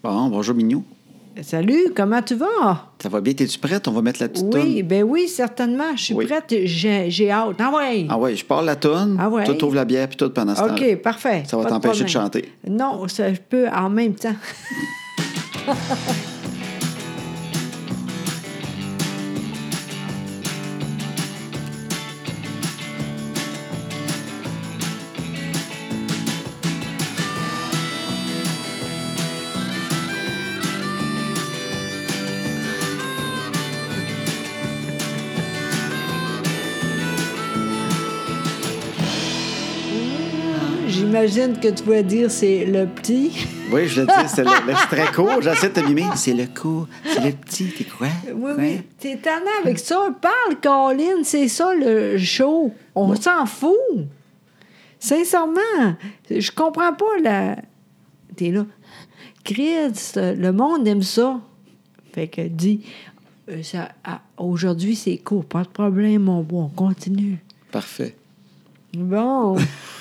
Bon, bonjour Mignot. Salut, comment tu vas? Ça va bien? Es-tu prête? On va mettre la petite toune. Oui, ben oui, certainement. Je suis prête. J'ai hâte. Ah ouais. Ah ouais, je pars la toune. Ah ouais. Toi, t'ouvres la bière puis tout pendant ce temps-là. OK, parfait. Ça va Pas t'empêcher de problème. chanter. Non, ça, je peux en même temps. J'imagine que tu vas dire c'est le petit. Oui, je le dis, c'est l'extrait court. J'essaie de te mimer. C'est le court, c'est le petit, t'es quoi? Oui, oui. T'es étonnant avec ça. Parle, Colin, c'est ça le show. On s'en fout. Sincèrement, je comprends pas la... T'es là. Chris, le monde aime ça. Fait que dis, aujourd'hui c'est court, pas de problème, mon bon, on continue. Parfait. Bon.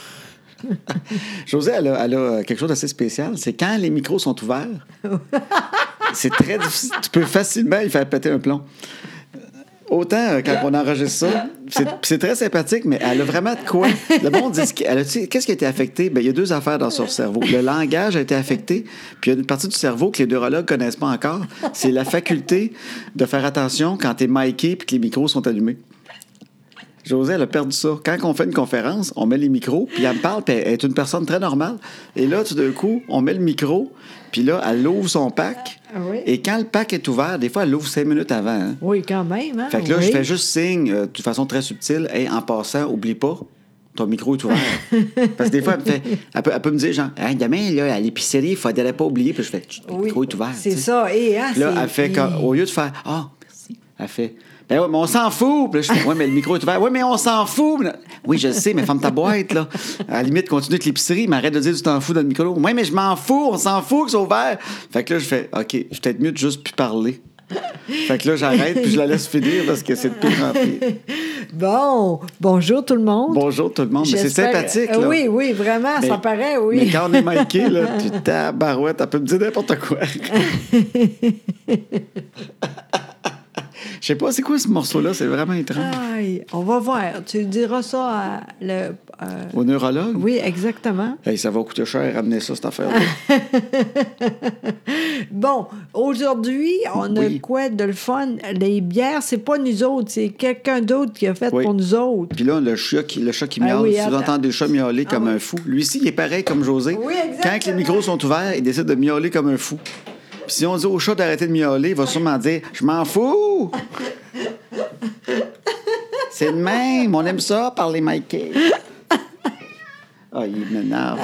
Josée, elle a quelque chose d'assez spécial. C'est quand les micros sont ouverts, c'est très difficile. Tu peux facilement y faire péter un plomb. Autant quand on enregistre ça, c'est très sympathique, mais elle a vraiment de quoi. Le monde dit qu'est-ce qui a été affecté? Bien, il y a deux affaires dans son cerveau. Le langage a été affecté, puis il y a une partie du cerveau que les neurologues ne connaissent pas encore. C'est la faculté de faire attention quand tu es miké et que les micros sont allumés. Josée, elle a perdu ça. Quand on fait une conférence, on met les micros, puis elle me parle, puis elle est une personne très normale. Et là, tout d'un coup, on met le micro, puis là, elle ouvre son pack. Oui. Et quand le pack est ouvert, des fois, elle l'ouvre 5 minutes avant. Hein? Oui, quand même. Hein? Fait que là, oui. je fais juste signe, de façon très subtile, « Hey, en passant, oublie pas, ton micro est ouvert. » Parce que des fois, elle peut me dire, genre, « Hey, demain, là, à l'épicerie, il faudrait pas oublier. » Puis je fais, « Le micro est ouvert. » C'est ça. Et, hein, là, elle fait, au lieu de faire, « Ah, merci. » Elle fait, « Ben ouais, mais on s'en fout. » Puis là, je fais, « Ouais, mais le micro est ouvert. »« Ouais, mais on s'en fout. » Oui, je sais, mais ferme ta boîte, là. À la limite, continue avec l'épicerie, mais arrête de dire « Tu t'en fous dans le micro. » « Oui, mais je m'en fous. On s'en fout que c'est ouvert. » Fait que là, je fais, « OK, je suis peut-être mieux de juste plus parler. » Fait que là, j'arrête puis je la laisse finir parce que c'est de pire en pire. Bon, bonjour tout le monde. Bonjour tout le monde. Mais c'est sympathique, là. Oui, oui, vraiment, mais, ça paraît, oui. Mais quand on est miké, là, tu tabarouette, elle peut me dire n'importe quoi. Je sais pas, c'est quoi ce morceau-là? C'est vraiment étrange. Aïe, on va voir. Tu diras ça au neurologue? Oui, exactement. Hey, ça va coûter cher ramener ça, cette affaire-là. Bon, aujourd'hui, on a quoi de le fun? Les bières, c'est pas nous autres, c'est quelqu'un d'autre qui a fait pour nous autres. Puis là, le chat qui miaule, si vous entendez le chat miauler comme un fou, lui aussi, il est pareil comme José. Oui, exactement. Quand les micros sont ouverts, il décide de miauler comme un fou. Puis si on dit au chat d'arrêter de miauler, il va sûrement dire « Je m'en fous! » C'est de même, on aime ça, parler Mikey. Ah, il m'énerve,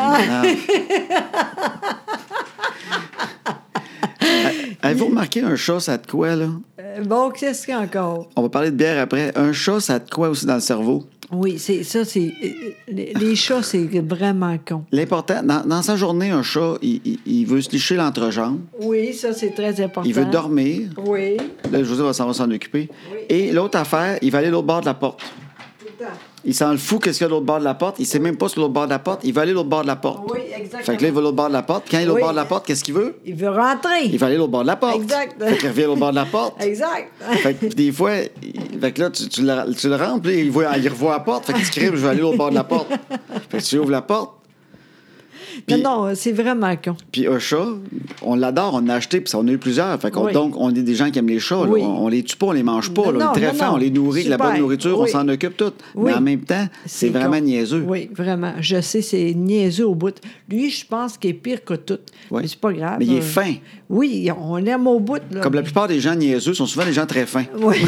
Avez-vous remarqué un chat, ça a de quoi, là? Bon, qu'est-ce qu'il y a encore? On va parler de bière après. Un chat, ça a de quoi aussi dans le cerveau? Oui, c'est ça, c'est... Les chats, c'est vraiment con. L'important, dans sa journée, un chat, il veut se licher l'entrejambe. Oui, ça, c'est très important. Il veut dormir. Oui. Là, José va s'en occuper. Oui. Et l'autre affaire, il va aller de l'autre bord de la porte. Tout le temps. Il s'en le fout qu'est-ce qu'il y a de l'autre bord de la porte. Il sait même pas sur l'autre bord de la porte. Il va aller de l'autre bord de la porte. Oui, exactement. Fait que là, il va de l'autre bord de la porte. Quand il est de l'autre bord de la porte, qu'est-ce qu'il veut? Il veut rentrer. Il va aller de l'autre bord de la porte. Exact. Fait qu'il revient de l'autre bord de la porte. Exact. Fait que des fois, fait que là, tu le rentres, puis il revoit la porte. Fait qu'il se crie, je vais aller de l'autre bord de la porte. Fait que tu ouvres la porte. Puis, non, c'est vraiment con. Puis un chat, on l'adore, on en a acheté, puis on a eu plusieurs. Fait qu'on, donc, on est des gens qui aiment les chats. Oui. Là. On les tue pas, on les mange pas. Là. On est très fin, on les nourrit de la bonne nourriture, on s'en occupe tout. Mais en même temps, c'est vraiment niaiseux. Oui, vraiment. Je sais, c'est niaiseux au bout. Lui, je pense qu'il est pire que tout. Oui. Mais c'est pas grave. Mais il est fin. Oui, on l'aime au bout. Là. Comme la plupart des gens niaiseux sont souvent des gens très fins. Oui.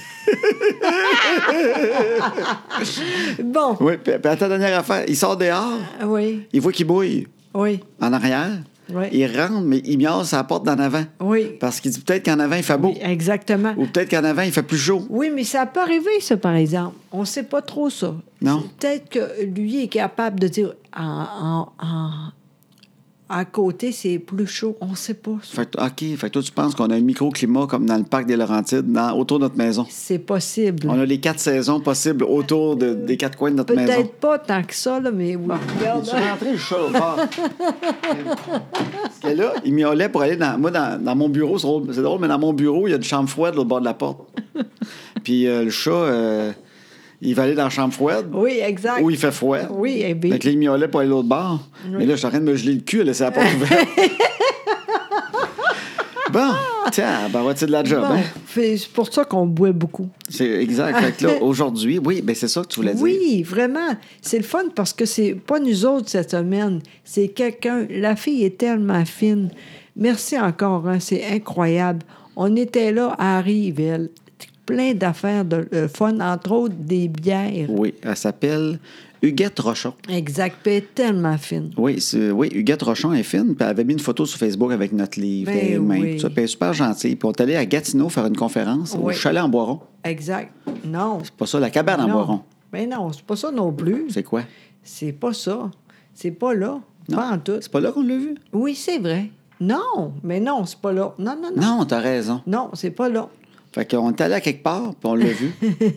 Bon. Oui, puis à ta dernière affaire, il sort dehors. Oui. Il voit qu'il bouille. Oui. En arrière. Oui. Il rentre, mais il miaule sa porte d'en avant. Oui. Parce qu'il dit peut-être qu'en avant, il fait beau. Oui, exactement. Ou peut-être qu'en avant, il fait plus chaud. Oui, mais ça peut arriver, ça, par exemple. On ne sait pas trop ça. Non. Peut-être que lui est capable de dire à côté, c'est plus chaud. On ne sait pas. Fait que toi, tu penses qu'on a un microclimat comme dans le parc des Laurentides, autour de notre maison? C'est possible. On a les 4 saisons possibles autour des 4 coins de notre maison. Peut-être pas tant que ça, là, mais oui. Regarde. Tu rentré le chat au fort. Parce que là, il miaulait pour aller dans mon bureau. C'est drôle, mais dans mon bureau, il y a une chambre froide au bord de la porte. Puis le chat, il va aller dans la chambre froide. Oui, exact. Où il fait froid. Oui, et bien. Fait que là, il miaulait pour aller de l'autre bord. Oui. Mais là, je suis en train de me geler le cul à laisser la porte ouverte. Bon, tiens, ben, va-t-il de la job, bon, hein? C'est pour ça qu'on boit beaucoup. C'est exact. Fait que là, aujourd'hui, oui, ben c'est ça que tu voulais dire. Oui, vraiment. C'est le fun parce que c'est pas nous autres cette semaine. C'est quelqu'un. La fille est tellement fine. Merci encore, hein, c'est incroyable. On était là à Harry-Vel. Plein d'affaires de fun, entre autres des bières. Oui, elle s'appelle Huguette Rochon. Exact, puis elle est tellement fine. Oui, Huguette Rochon est fine, puis elle avait mis une photo sur Facebook avec notre livre. Ben oui. Ça, puis elle est super gentille. Puis on est allé à Gatineau faire une conférence au chalet en Boiron. Exact. Non. C'est pas ça, la cabane en Boiron. Ben non, c'est pas ça non plus. C'est quoi? C'est pas ça. C'est pas là. Non. Pas en tout. C'est pas là qu'on l'a vu? Oui, c'est vrai. Non, mais non, c'est pas là. Non. Non, t'as raison. Non, c'est pas là. Fait qu'on est allé à quelque part, puis on l'a vu.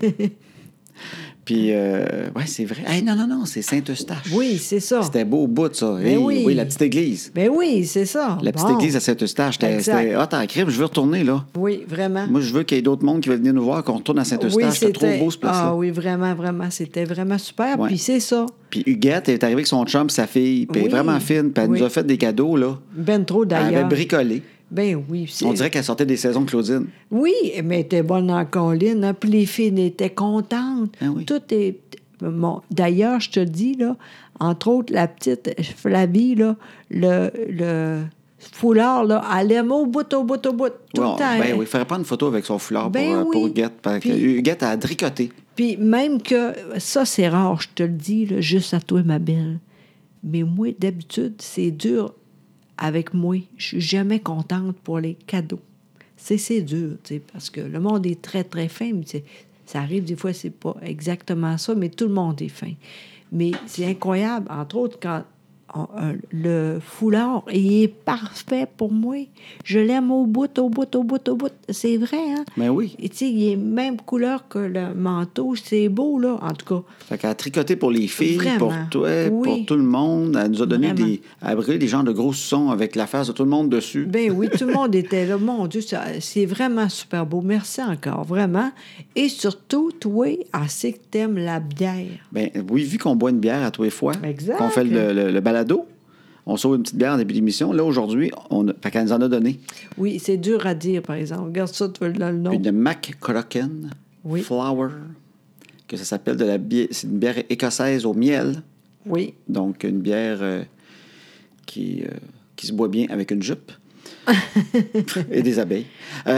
Puis, ouais, c'est vrai. Hey, non, c'est Saint-Eustache. Oui, c'est ça. C'était beau au bout, ça. Ben oui, la petite église. Ben oui, c'est ça. La petite église à Saint-Eustache. C'était en crime, je veux retourner, là. Oui, vraiment. Moi, je veux qu'il y ait d'autres mondes qui veulent venir nous voir, qu'on retourne à Saint-Eustache. Oui, c'était trop beau, ce place-là. Ah oui, vraiment. C'était vraiment super. Ouais. Puis c'est ça. Puis Huguette est arrivée avec son chum, sa fille, puis elle est vraiment fine, puis elle nous a fait des cadeaux, là. Ben trop, d'ailleurs. Elle avait bricolé. Ben oui. On dirait qu'elle sortait des saisons de Claudine. Oui, mais elle était bonne en colline. Hein, puis les filles étaient contentes. Ah oui. Tout est... Bon, d'ailleurs, je te dis, là, entre autres, la petite Flavie, là, le foulard, là, elle aime au bout. Tout le temps. Ben oui, il faudrait prendre une photo avec son foulard pour Huguette. Parce que Huguette a tricoté. Puis même que... Ça, c'est rare, je te le dis, là, juste à toi, ma belle. Mais moi, d'habitude, c'est dur avec moi. Je suis jamais contente pour les cadeaux. C'est dur, tu sais, parce que le monde est très, très fin, mais ça arrive des fois, c'est pas exactement ça, mais tout le monde est fin. Mais c'est incroyable, entre autres, quand le foulard, il est parfait pour moi. Je l'aime au bout. C'est vrai, hein? Ben oui. Et tu sais, il est même couleur que le manteau. C'est beau, là, en tout cas. Fait qu'elle a tricoté pour les filles, Vraiment. pour toi, pour tout le monde. Elle nous a donné Vraiment. elle a brûlé des genres de gros sons avec la face de tout le monde dessus. Ben oui, tout le monde était là. Mon Dieu, c'est vraiment super beau. Merci encore, vraiment. Et surtout, toi, assez que t'aimes la bière. Ben oui, vu qu'on boit une bière à tous les fois, Exact. qu'on fait le balado, on sauve une petite bière en début d'émission. Là, aujourd'hui, fait qu'elle nous en a donné. Oui, c'est dur à dire, par exemple. Regarde ça, tu veux le nom. Une McCracken Flower, que ça s'appelle c'est une bière écossaise au miel. Oui. Donc, une bière qui se boit bien avec une jupe. Et des abeilles. OK,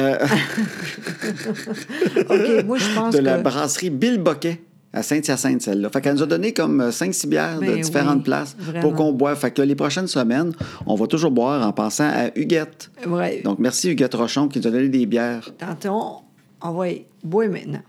moi, je pense de la brasserie Bill Boquet. À Saint-Hyacinthe, celle-là. Fait qu'elle nous a donné comme 5-6 bières de différentes places pour qu'on boive. Fait que là, les prochaines semaines, on va toujours boire en pensant à Huguette. Ouais. Donc, merci Huguette Rochon qui nous a donné des bières. Tantôt, on va boire maintenant.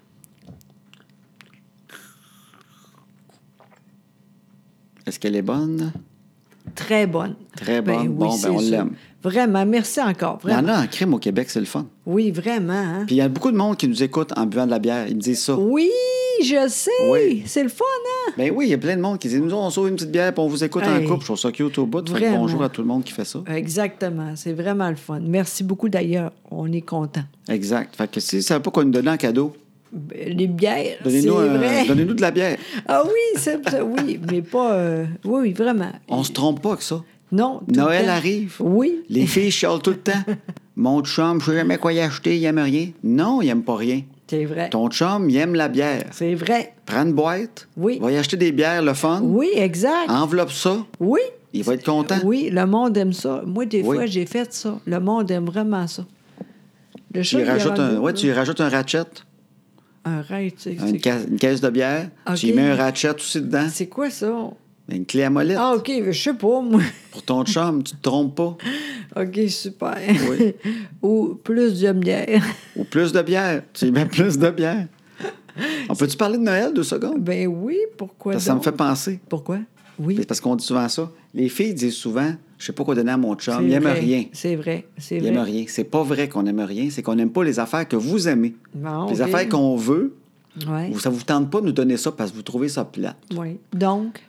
Est-ce qu'elle est bonne? Très bonne. Très bonne. Oui, on l'aime. Vraiment, merci encore. Vraiment. Il y en a en crime au Québec, c'est le fun. Oui, vraiment. Hein? Puis il y a beaucoup de monde qui nous écoute en buvant de la bière. Ils me disent ça. Oui, je sais. Oui. C'est le fun, hein? Ben oui, il y a plein de monde qui disent, nous, on sauve une petite bière puis on vous écoute en couple. Je trouve ça cute au bout. Fait que bonjour à tout le monde qui fait ça. Exactement. C'est vraiment le fun. Merci beaucoup, d'ailleurs. On est contents. Exact. Fait que si ça ne veut pas qu'on nous donne en cadeau, les bières, c'est vrai. Donnez-nous de la bière. Ah oui, oui, mais pas... oui, vraiment. On se trompe pas que ça. Non. Noël arrive. Oui. Les filles chialent tout le temps. Mon chum, je sais jamais quoi y acheter, il aime rien. Non, il aime pas rien. C'est vrai. Ton chum, il aime la bière. C'est vrai. Prends une boîte. Oui. Va y acheter des bières, le fun. Oui, exact. Enveloppe ça. Oui. Il va être content. Oui, le monde aime ça. Moi, des fois, j'ai fait ça. Le monde aime vraiment ça. Le tu y rajoutes un ratchet. Un ratchet. Une caisse de bière. Okay. Tu y mets un ratchet aussi dedans. C'est quoi ça? Une clé à molette. Ah, OK, je sais pas, moi. Pour ton chum, tu te trompes pas. OK, super. Oui. Ou plus de bière. Ou plus de bière. Tu y mets plus de bière. On peut-tu parler de Noël 2 secondes? Ben oui, pourquoi Ça me fait penser. Pourquoi? Oui. C'est parce qu'on dit souvent ça. Les filles disent souvent, je sais pas quoi donner à mon chum, C'est il n'aime vrai. rien. C'est vrai. C'est Il vrai. n'aime rien. C'est pas vrai qu'on n'aime rien, c'est qu'on n'aime pas les affaires que vous aimez. Bon, Les OK. affaires qu'on veut, Ouais. ça vous tente pas de nous donner ça parce que vous trouvez ça plate. Oui. Donc,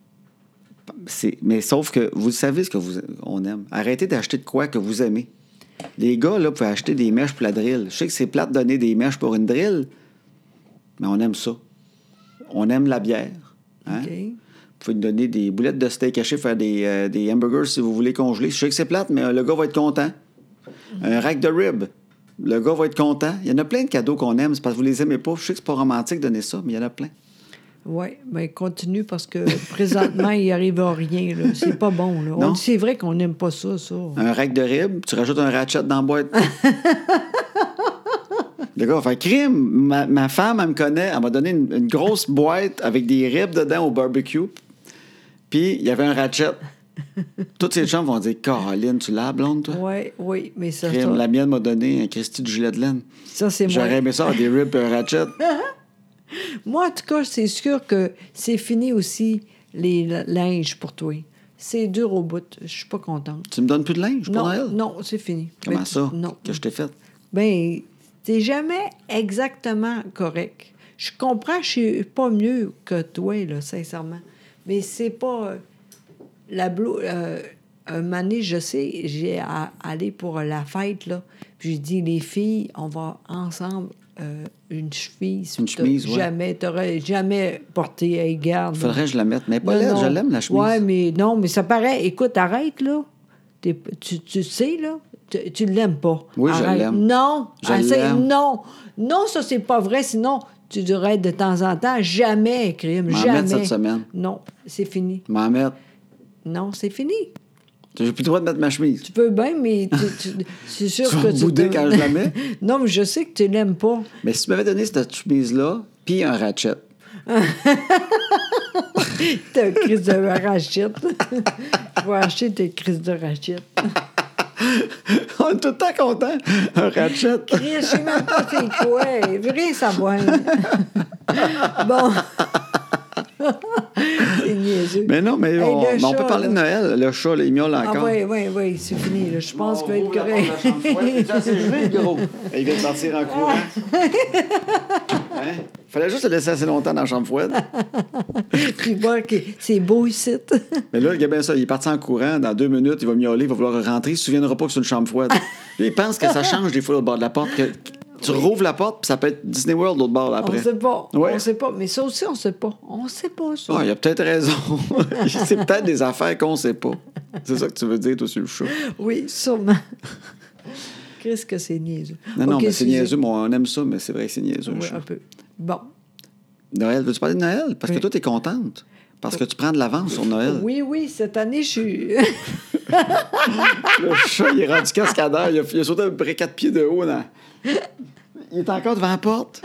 Mais sauf que vous savez ce on aime. Arrêtez d'acheter de quoi que vous aimez. Les gars, là, pouvaient acheter des mèches pour la drill. Je sais que c'est plate de donner des mèches pour une drill, mais on aime ça. On aime la bière. Hein? OK. Vous pouvez nous donner des boulettes de steak haché, faire des hamburgers si vous voulez congeler. Je sais que c'est plate, mais le gars va être content. Un rack de ribs. Le gars va être content. Il y en a plein de cadeaux qu'on aime. C'est parce que vous les aimez pas. Je sais que c'est pas romantique de donner ça, mais il y en a plein. Oui, mais continue parce que présentement, il n'y arrive à rien. Là. C'est pas bon. Là. Non. C'est vrai qu'on n'aime pas ça. Un rack de ribs, tu rajoutes un ratchet dans la boîte. Le gars va faire crime. Ma femme, elle me connaît. Elle m'a donné une grosse boîte avec des ribs dedans au barbecue. Puis, il y avait un ratchet. Toutes ces chums vont dire Caroline, tu l'as, blonde, toi? Oui, oui, mais ça, Crime, la mienne m'a donné un Christy du gilet de laine. ça c'est moi. J'aurais aimé ça, avoir des ribs et un ratchet. Moi, en tout cas, c'est sûr que c'est fini aussi les linges pour toi. C'est dur au bout. Je suis pas contente. Tu me donnes plus de linge pour Non, Noël? non, c'est fini. Comment Mais ça? Non. Que je t'ai fait? Ben, c'est jamais exactement correct. Je comprends que je suis pas mieux que toi, là, sincèrement. Mais c'est pas... la blouse... un moment donné, je sais, j'ai allé pour la fête, là. Puis j'ai dit, les filles, on va ensemble une chemise. Une chemise, ouais. T'aurais jamais porté, hey, garde. Faudrait que je la mette. Mais pas laide, je l'aime, la chemise. Ouais, mais non, mais ça paraît... Écoute, arrête, là. Tu sais, là, tu l'aimes pas. Oui, je Arrête. l'aime. Non, Je essaie- l'aime. non. Non, ça, c'est pas vrai. Sinon, tu dirais de temps en temps, jamais, crime, M'en jamais. mettre cette semaine. Non, c'est fini. M'en mettre. Non, c'est fini. J'ai plus le droit de mettre ma chemise. Tu peux bien, mais c'est sûr Tu que vas me bouder quand je la mets? Non, mais je sais que tu l'aimes pas. Mais si tu m'avais donné cette chemise-là, puis un ratchet. T'as un crise de rachette. Tu vas acheter tes crises de rachette. On est tout le temps content. Un ratchet. Chris, je sais même pas c'est quoi. Je veux rien savoir. Bon. C'est niaiseux. Mais non, mais Hey, on le chat, peut parler de Noël. Le chat, là, il miaule Ah encore. oui, c'est fini. Là. Je pense qu'il va être correct. Il vient de partir en courant. Hein? Fallait juste le laisser assez longtemps dans la chambre froide. Puis voir que c'est beau ici. Mais là, regarde bien ça, il est parti en courant. Dans 2 minutes, il va miauler, il va vouloir rentrer. Il se souviendra pas que c'est une chambre froide. Lui, il pense que ça change des fois au bord de la porte. Que tu rouvres la porte, puis ça peut être Disney World l'autre bord après. On sait pas. Ouais. On sait pas. Mais ça aussi, on sait pas. On sait pas, ça. Ah, il a peut-être raison. C'est peut-être des affaires qu'on sait pas. C'est ça que tu veux dire, toi, sur le show. Oui, sûrement. Qu'est-ce que c'est niaiseux? Non, non, OK, mais c'est excusez. niaiseux. Moi, on aime ça, mais c'est vrai que c'est niaiseux. le Oui, show. un peu. Bon. Noël, veux-tu parler de Noël? Parce que Oui. toi, t'es contente. Parce que tu prends de l'avance sur Noël. Oui, cette année, je suis... Le chat, il est rendu cascadeur. Il a sauté à peu près 4 pieds de haut. Là. Il est encore devant la porte.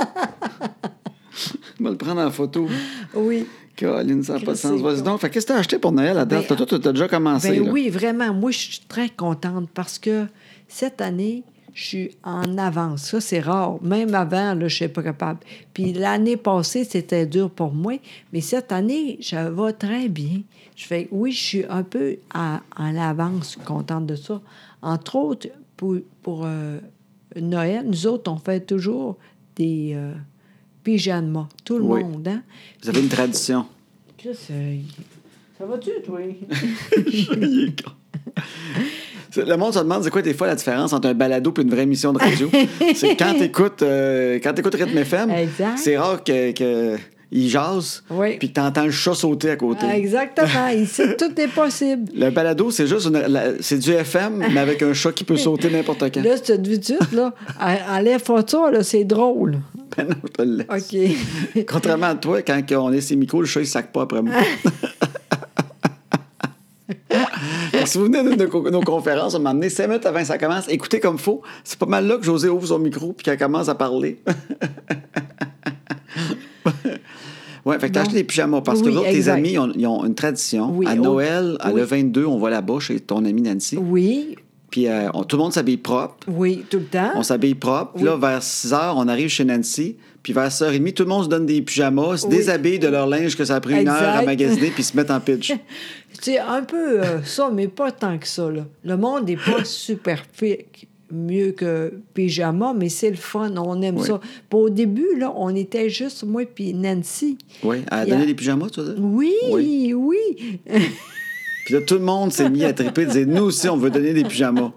On va le prendre en photo. Oui. Caroline, ça n'a pas de sens. C'est Vas-y donc. Fait, qu'est-ce que tu as acheté pour Noël à date? Ben, Toi, tu as déjà commencé. Ben là. oui, vraiment. Moi, je suis très contente parce que cette année, je suis en avance. Ça, c'est rare. Même avant, là, je ne suis pas capable. Puis l'année passée, c'était dur pour moi. Mais cette année, ça va très bien. Je fais, oui, je suis un peu en avance, contente de ça. Entre autres, pour Noël, nous autres, on fait toujours des pyjamas. Tout le Oui. monde, hein? Vous avez une tradition. Chris, ça va-tu, toi? Il est con. Le monde se demande c'est quoi des fois la différence entre un balado et une vraie émission de radio. C'est quand t'écoutes Rythme FM, Exact. c'est rare que il jase, Oui. puis que t'entends le chat sauter à côté. Ah, exactement. Ici, tout est possible. Le balado, c'est juste c'est du FM, mais avec un chat qui peut sauter n'importe quand. Là, cette vue-de là, enlève ça, là, c'est drôle. Ben non, je te le laisse. OK. Contrairement à toi, quand on est ses micros, le chat, il sac pas après moi. Si vous venez de nos conférences, on m'a amené 5 minutes avant que ça commence. Écoutez comme il faut. C'est pas mal là que José ouvre son micro puis qu'elle commence à parler. Oui, fait que t'as Bon. acheté des pyjamas parce que Oui, l'autre, tes exact. amis, ils ont une tradition. Oui, à Noël, oui. le 22, on va là-bas chez ton amie Nancy. Oui. Puis tout le monde s'habille propre. Oui, tout le temps. On s'habille propre. Puis Oui. là, vers 6 heures, on arrive chez Nancy. Puis vers 6h30, tout le monde se donne des pyjamas, se Oui. déshabille de leur linge que ça a pris une heure à Exact. magasiner, puis se mettent en pitch. C'est un peu ça, mais pas tant que ça. Là. Le monde n'est pas super mieux que pyjama, mais c'est le fun. On aime Oui. ça. Puis au début, là, on était juste moi puis Nancy. Oui, elle a Il y a- donné des pyjamas, tu veux dire? Oui, Oui. oui. Puis là, tout le monde s'est mis à triper, de dire, nous aussi, on veut donner des pyjamas.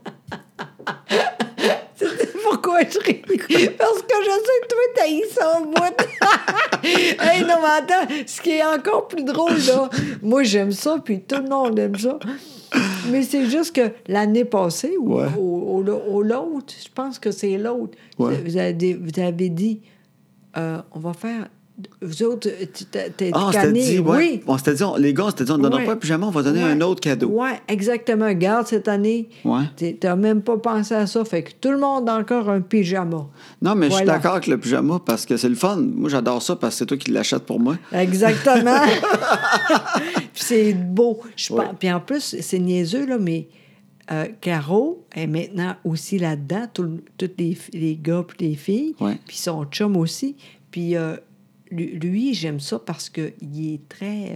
Pourquoi je ris? Parce que je sais que toi, t'as eu ça au bout. Hey, non, mais attends, ce qui est encore plus drôle, là, moi, j'aime ça, puis tout le monde aime ça. Mais c'est juste que l'année passée, ou Ouais. au l'autre, je pense que c'est l'autre, Ouais. vous avez dit, on va faire... Vous autres, t'es Ah, on s'était canné. dit, ouais. Oui. On s'était dit, les gars, on s'était dit, on ne donnera Ouais. pas un pyjama, on va donner Ouais. un autre cadeau. Oui, exactement. Regarde, cette année, Ouais. t'as même pas pensé à ça. Fait que tout le monde a encore un pyjama. Non, mais je suis Voilà. d'accord avec le pyjama parce que c'est le fun. Moi, j'adore ça parce que c'est toi qui l'achètes pour moi. Exactement. Puis c'est beau. Ouais. Puis en plus, c'est niaiseux, là, mais Caro est maintenant aussi là-dedans, tous les gars puis les filles, Ouais. puis son chum aussi. Puis lui, j'aime ça parce qu'il est très...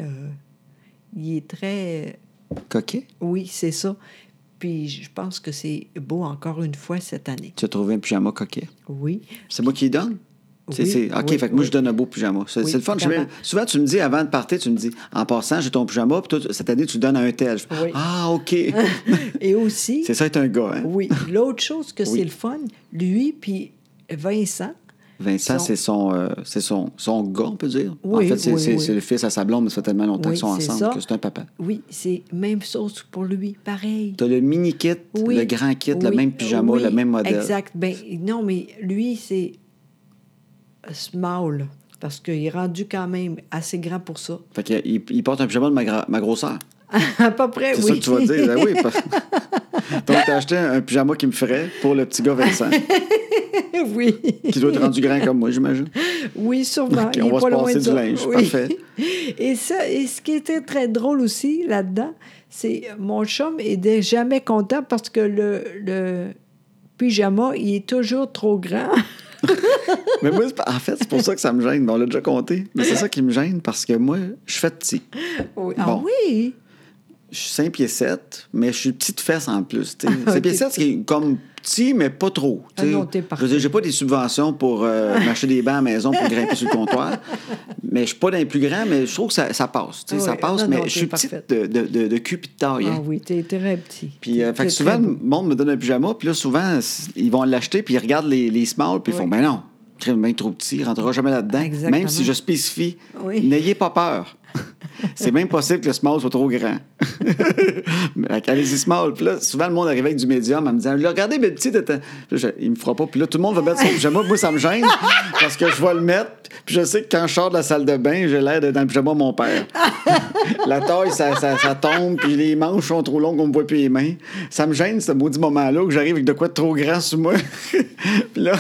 Coquet. Oui, c'est ça. Puis je pense que c'est beau encore une fois cette année. Tu as trouvé un pyjama coquet. Oui. C'est moi qui le donne? OK, Oui, fait oui, que moi, oui. je donne un beau pyjama. C'est Oui, le fun. vraiment. Souvent, tu me dis, avant de partir, tu me dis, en passant, j'ai ton pyjama, puis toi, cette année, tu le donnes à un tel. Je fais, Oui. ah, OK. Et aussi... C'est ça être un gars, hein? Oui. L'autre chose que Oui. c'est le fun, lui puis Vincent... Vincent, c'est son gars, on peut dire. Oui, en fait, c'est oui, oui. c'est le fils à sa blonde, mais ça fait tellement longtemps Oui, qu'ils sont c'est ensemble ça. que c'est un papa. Oui, c'est même chose pour lui, pareil. Tu as le mini kit, Oui. le grand kit, le Oui, même pyjama, oui, le même modèle. Exact. Ben non, mais lui, c'est small, parce qu'il est rendu quand même assez grand pour ça. Fait qu'il porte un pyjama de ma grosseur. À peu près, C'est oui. ça que tu vas dire. Ben oui. Donc, tu as acheté un pyjama qui me ferait pour le petit gars Vincent, Oui. qui doit être rendu grand comme moi, j'imagine. Oui, sûrement. OK, Il on est va pas se loin passer de du ça. linge. Oui. Parfait. Et ce qui était très drôle aussi là-dedans, c'est mon chum n'est jamais content parce que le pyjama, il est toujours trop grand. Mais moi, en fait, c'est pour ça que ça me gêne. Mais on l'a déjà compté. Mais c'est ça qui me gêne parce que moi, je fais petit. Oui. Bon. Ah oui? Je suis 5 pieds 7, mais je suis petite fesse en plus. 5 OK. pieds 7, c'est comme petit, mais pas trop. Ah non, t'es Je parfait. veux dire, j'ai pas des subventions pour m'acheter des bancs à la maison pour grimper sur le comptoir. Mais je suis pas dans les plus grands, mais je trouve que ça passe. Ah Ça ouais. passe, Non, mais non, je suis t'es petite parfaite. de cul puis de taille. Ah hein. oui, t'es très petit. Puis, fait T'es que souvent, très le beau. monde me donne un pyjama, puis là, souvent, ils vont l'acheter, puis ils regardent les smalls, puis ils font, Oui. ben non, crème bien trop petit, il rentrera jamais là-dedans. Exactement. Même si je spécifie, Oui. n'ayez pas peur. C'est même possible que le small soit trop grand. Mais allez-y small. Puis là, souvent, le monde arrive avec du médium en me disant, regardez, mes petits, il me fera pas. Puis là, tout le monde va mettre son pyjama. Moi, ça me gêne parce que je vais le mettre. Puis je sais que quand je sors de la salle de bain, j'ai l'air d'être dans le pyjama de mon père. La taille, ça tombe, puis les manches sont trop longues, on me voit plus les mains. Ça me gêne, ce maudit moment-là, où j'arrive avec de quoi de trop grand sur moi. Puis là,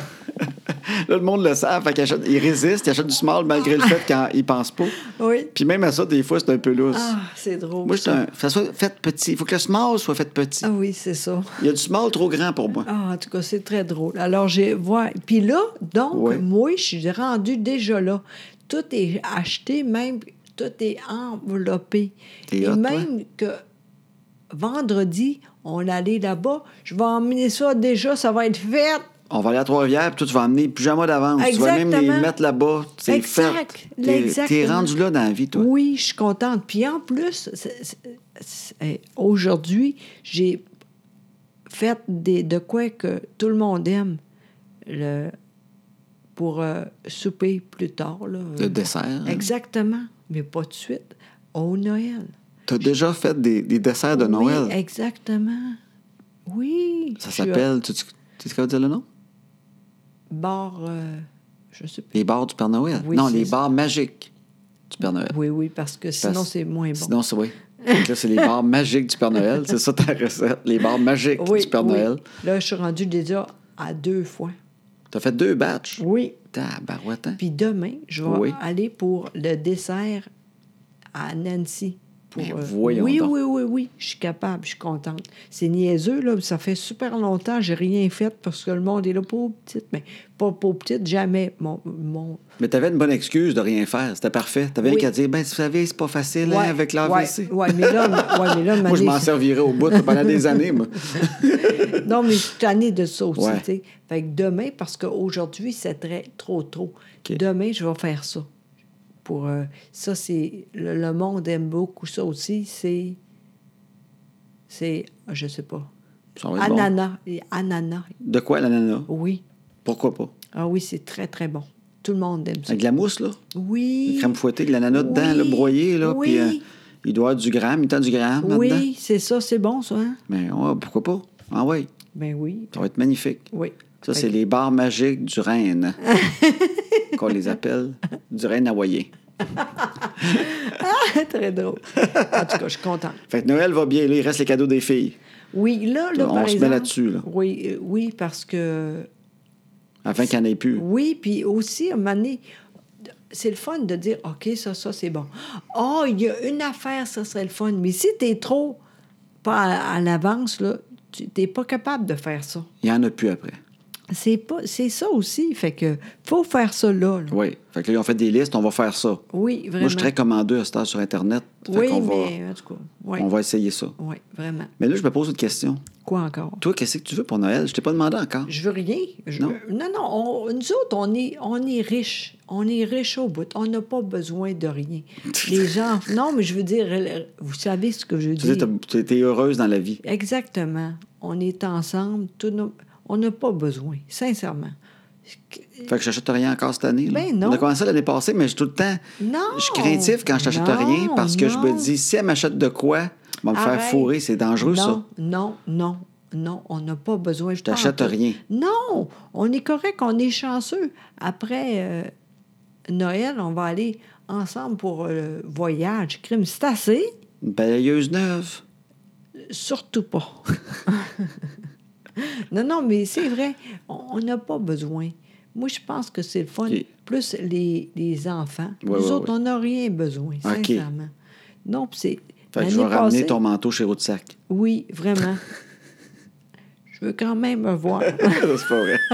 le monde le sait, fait qu'il achète, il résiste, il achète du small malgré le fait qu'il pense pas. Oui. Puis même à ça, des fois, c'est un peu lousse. Ah, c'est drôle. Moi, ça soit fait petit. Il faut que le small soit fait petit. Ah oui, c'est ça. Il y a du small trop grand pour moi. Ah, en tout cas, c'est très drôle. Alors, puis là, donc, Ouais. moi, je suis rendue déjà là. Tout est acheté, même, tout est enveloppé. T'es Et hot, même que vendredi, on allait là-bas, je vais emmener ça déjà, ça va être fait. On va aller à Trois-Rivières, puis toi, tu vas amener le pyjama d'avance. Tu vas même les Exactement. mettre là-bas. C'est Exact. fait. T'es Exactement. rendu là dans la vie, toi. Oui, je suis contente. Puis en plus, aujourd'hui, j'ai fait de quoi que tout le monde aime pour souper plus tard. Là. Le dessert. hein. Exactement, mais pas de suite. Au Noël. Tu as déjà fait des desserts de Noël. Oui, exactement. Oui. Ça Je suis s'appelle... Tu sais ce qu'on veut dire le nom? bar, je sais pas. Les bars du Père Noël. Oui, non, c'est les ça. bars magiques du Père Noël. Oui, oui, parce que sinon, c'est moins bon. Sinon, c'est oui. Donc là, c'est les bars magiques du Père Noël. C'est ça ta recette. Les bars magiques Oui, du Père oui. Noël. Là, je suis rendue déjà à 2 fois. Tu as fait 2 batchs. Oui. Tabarouette, hein? Puis demain, je vais Oui. aller pour le dessert à Nancy. pour... Mais voyons oui, donc. oui, je suis capable, je suis contente. C'est niaiseux, là, ça fait super longtemps, j'ai rien fait parce que le monde est là, pauvre petite, mais pas pauvre petite, jamais. Mais t'avais une bonne excuse de rien faire, c'était parfait. T'avais rien qu'à dire, ben, vous savez, c'est pas facile hein, avec l'AVC. Oui, mais là, Moi, je m'en servirais au bout pendant des années, moi. Non, mais je suis tannée de ça aussi, Ouais. tu sais. Fait que demain, parce qu'aujourd'hui, c'est trop. OK. Demain, je vais faire ça. Pour ça, c'est... Le monde aime beaucoup ça aussi, c'est je sais pas. Ça va être bon. Ananas. De quoi, l'ananas? Oui. Pourquoi pas? Ah oui, c'est très, très bon. Tout le monde aime ça. Avec de la mousse, là? Oui. La crème fouettée, de l'ananas dedans, là, broyé, là. Oui. Puis il doit y avoir du gramme, il tend du gramme là-dedans. Oui, c'est ça, c'est bon, ça, hein? Mais ouais, pourquoi pas? Ah oui, Ben oui. ça va être magnifique. Oui. Ça, Fait c'est que- les bars magiques du Renne, qu'on les appelle, du Renne hawaïen. Très drôle. En tout cas, je suis contente. Fait que Noël va bien, là, il reste les cadeaux des filles. Oui, là, On par se met exemple... là-dessus, là. Oui, oui, parce que... Afin qu'il n'y en ait plus. Oui, puis aussi, à un moment donné, c'est le fun de dire, OK, ça, c'est bon. Ah, il y a une affaire, ça serait le fun. Mais si t'es trop pas à l'avance, là, t'es pas capable de faire ça. Il n'y en a plus après. C'est ça aussi. Fait que faut faire ça là. Oui. Fait que là, ils ont fait des listes, on va faire ça. Oui, vraiment. Moi, je suis très commandeux à cette heure sur Internet. Fait Oui, qu'on va, mais en tout cas, oui. on va essayer ça. Oui, vraiment. Mais là, je me pose une question. Quoi encore? Toi, qu'est-ce que tu veux pour Noël? Je t'ai pas demandé encore. Je veux rien. Non? Non, nous autres, on est riches. On est riches au bout. On n'a pas besoin de rien. Les gens... Non, mais je veux dire, vous savez ce que je veux Tu dire. dis, tu étais heureuse dans la vie. Exactement. On est ensemble. On n'a pas besoin, sincèrement. Fait que je n'achète rien encore cette année. Là. Ben non. On a commencé l'année passée, mais je suis tout le temps... Non! Je suis craintif quand je t'achète Non, rien parce que je me non. dis, si elle m'achète de quoi, elle va me faire Arrête. fourrer. C'est dangereux, ça. Non, on n'a pas besoin. Je t'achète rien. Non, on est correct, on est chanceux. Après Noël, on va aller ensemble pour le voyage. Crime, c'est assez? Une balayeuse neuve. Surtout pas. Non, mais c'est vrai, on n'a pas besoin. Moi, je pense que c'est le fun. OK. Plus les enfants. Ouais, Nous ouais, autres, ouais. on n'a rien besoin, OK. sincèrement. Non, puis c'est... Fait que je vais l'année ramener passée- ton manteau chez Route-Sac. Oui, vraiment. Je veux quand même me voir. C'est pas vrai.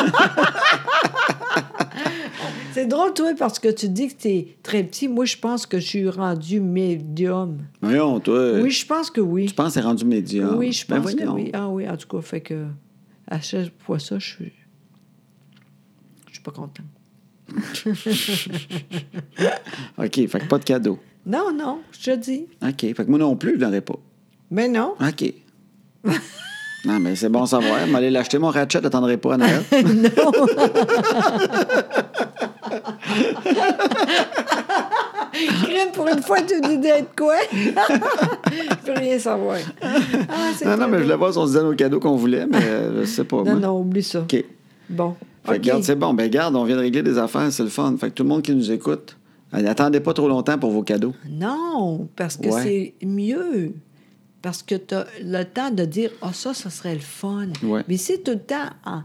C'est drôle, toi, parce que tu dis que tu es très petit. Moi, je pense que je suis rendu médium. Voyons, toi. Oui, je pense que oui. Tu penses que c'est rendu médium? Oui, je Ben pense que voyons. oui. Ah oui, en tout cas, fait que à chaque fois ça, je suis pas contente. OK, fait que pas de cadeau. Non, je te dis. OK, fait que moi non plus, je n'aurais pas. Mais non. OK. Non, mais c'est bon à savoir. M'aller l'acheter, mon ratchet, j'attendrai pas à Noël. Non. Crème, pour une fois, tu me dis d'être quoi? Je peux rien savoir. Ah, c'est Non, très mais je beau. voulais voir si on se disait nos cadeaux qu'on voulait, mais je sais pas. moi. Non, oublie ça. OK. Bon. Fait que, OK. regarde, c'est bon. Ben, regarde, on vient de régler des affaires, c'est le fun. Fait que tout le monde qui nous écoute, n'attendez pas trop longtemps pour vos cadeaux. Non, parce que Ouais. c'est mieux. Parce que tu as le temps de dire, ah, ça serait le fun. Ouais. Mais si tout le temps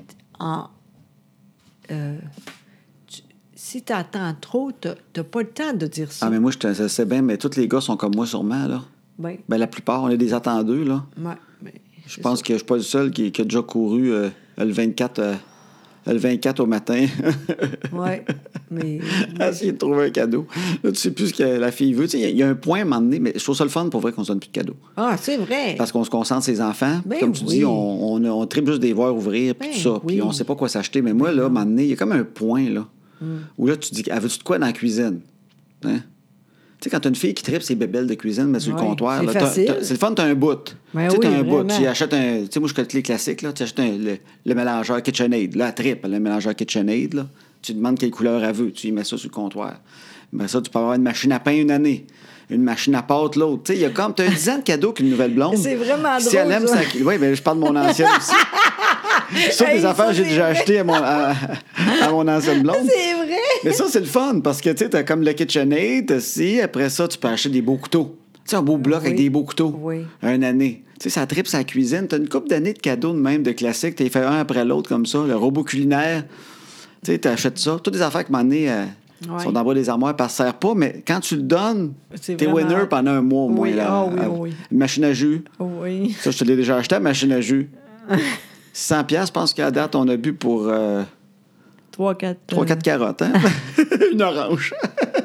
si tu attends trop, tu n'as pas le temps de dire ça. Ah, mais moi, je sais bien, mais tous les gars sont comme moi, sûrement, là. Ben, Ben, la plupart, on est des attendeux, là. ouais, mais Je pense que je suis pas le seul qui a déjà couru le 24 au matin. Oui, mais... à essayer de trouver un cadeau. Là, tu sais plus ce que la fille veut. Tu sais, il y a un point à un moment donné, mais je trouve ça le fun pour vrai qu'on se donne plus de cadeaux. Ah, c'est vrai. Parce qu'on se concentre sur ses enfants. Ben Comme tu oui. dis, on tripe juste des voir ouvrir, puis Ben tout ça. Puis oui. on sait pas quoi s'acheter. Mais moi, là, à un moment donné, il y a comme un point, là, où là, tu dis, ah, veux-tu de quoi dans la cuisine? Hein? Tu sais, quand t'as une fille qui tripe ses bébelles de cuisine, mais sur le Ouais, comptoir, c'est là, facile. c'est le fun, t'as un bout. Ben Tu sais, oui, t'as un bout. vraiment. Tu achètes un... Tu sais, moi, je connais les classiques, là. Tu achètes le mélangeur KitchenAid. Là, elle tripe, le mélangeur KitchenAid, là. Tu demandes quelle couleur elle veut. Tu y mets ça sur le comptoir. Ben ça, tu peux avoir une machine à pain une année. Une machine à pâte l'autre. Tu sais, il y a comme... T'as 10 ans de cadeaux qu'une nouvelle blonde. C'est vraiment Si elle drôle, aime ça. Oui, mais je parle de mon ancienne aussi. Ça, Hey, des ça, affaires que j'ai c'est déjà vrai. achetées à mon ancienne blonde. C'est vrai. Mais ça, c'est le fun parce que, tu sais, t'as comme le KitchenAid aussi. Après ça, tu peux acheter des beaux couteaux. Tu sais, un beau bloc avec des beaux couteaux. Oui. Une année. Tu sais, ça tripe sa cuisine. T'as une couple d'années de cadeaux de même, de classiques. T'as fait un après l'autre comme ça. Le robot culinaire. Tu sais, t'achètes ça. Toutes des affaires que, à un moment donné, Ouais. Ils sont dans le bas des armoires, parce que ça ne sert pas, mais quand tu le donnes, C'est t'es vraiment- winner pendant un mois au moins. Oui, Là, oui. Une machine à jus. Oui. Ça, je te l'ai déjà acheté, la machine à jus. 100 $, je pense qu'à date, on a bu pour 3-4 carottes, hein? Une orange.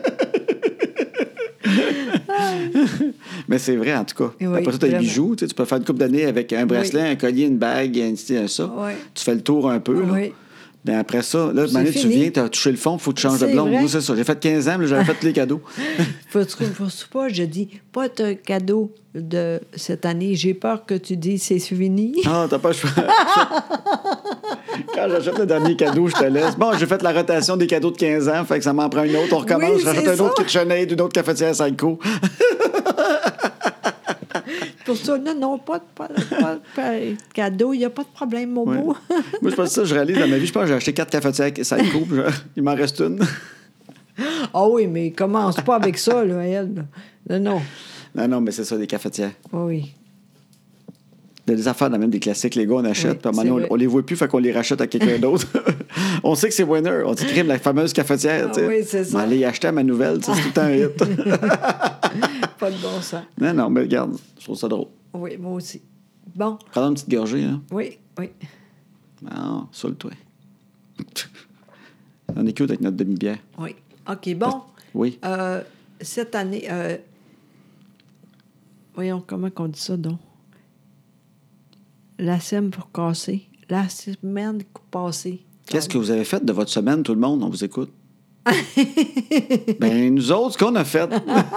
Mais c'est vrai, en tout cas. Oui, Après ça, tu as les vraiment. bijoux. Tu peux faire une couple d'années avec un bracelet, un collier, une bague, ça. Oui. Tu fais le tour un peu. Là. Oui. Mais après ça, là, C'est maintenant, tu fini. viens, tu as touché le fond, il faut que tu changes de C'est blonde. vrai. Oui, c'est ça. J'ai fait 15 ans, mais j'avais fait tous les cadeaux. Faut pas, je dis, pas de cadeau de cette année. J'ai peur que tu dises c'est fini. Ah, t'as pas le choix. Quand j'achète le dernier cadeau, je te laisse. Bon, j'ai fait la rotation des cadeaux de 15 ans, fait que ça m'en prend une autre. On recommence. Oui, J'achète c'est un autre ça. KitchenAid, une autre cafetière Psycho. Pour ça, non, pas de cadeau. Il n'y a pas de problème, Momo. Ouais. Moi, je pense que ça, je réalise dans ma vie, je pense que j'ai acheté 4 cafetières Psycho, puis il m'en reste une. Ah oui, mais commence pas avec ça, là, elle. Là. Non. Non, mais c'est ça, des cafetières. Oui. Il y a des affaires, même des classiques, les gars, on achète, Oui, puis à un moment donné, c'est on les voit plus, fait qu'on les rachète à quelqu'un d'autre. On sait que c'est winner. On dit, crime, la fameuse cafetière, tu sais. Oui, c'est ça. Mais aller y acheter à ma nouvelle, tu sais, c'est tout un hit. Pas de bon sens. Non, mais regarde, je trouve ça drôle. Oui, moi aussi. Bon, Prends une petite gorgée, hein. oui. Ah, saoule-toi. On est cute avec notre demi-bière. Oui. OK, bon. Oui. Cette année, voyons, comment on dit ça, donc? La semaine pour casser. La semaine passée. Qu'est-ce que vous avez fait de votre semaine, tout le monde? On vous écoute. Ben nous autres, ce qu'on a fait.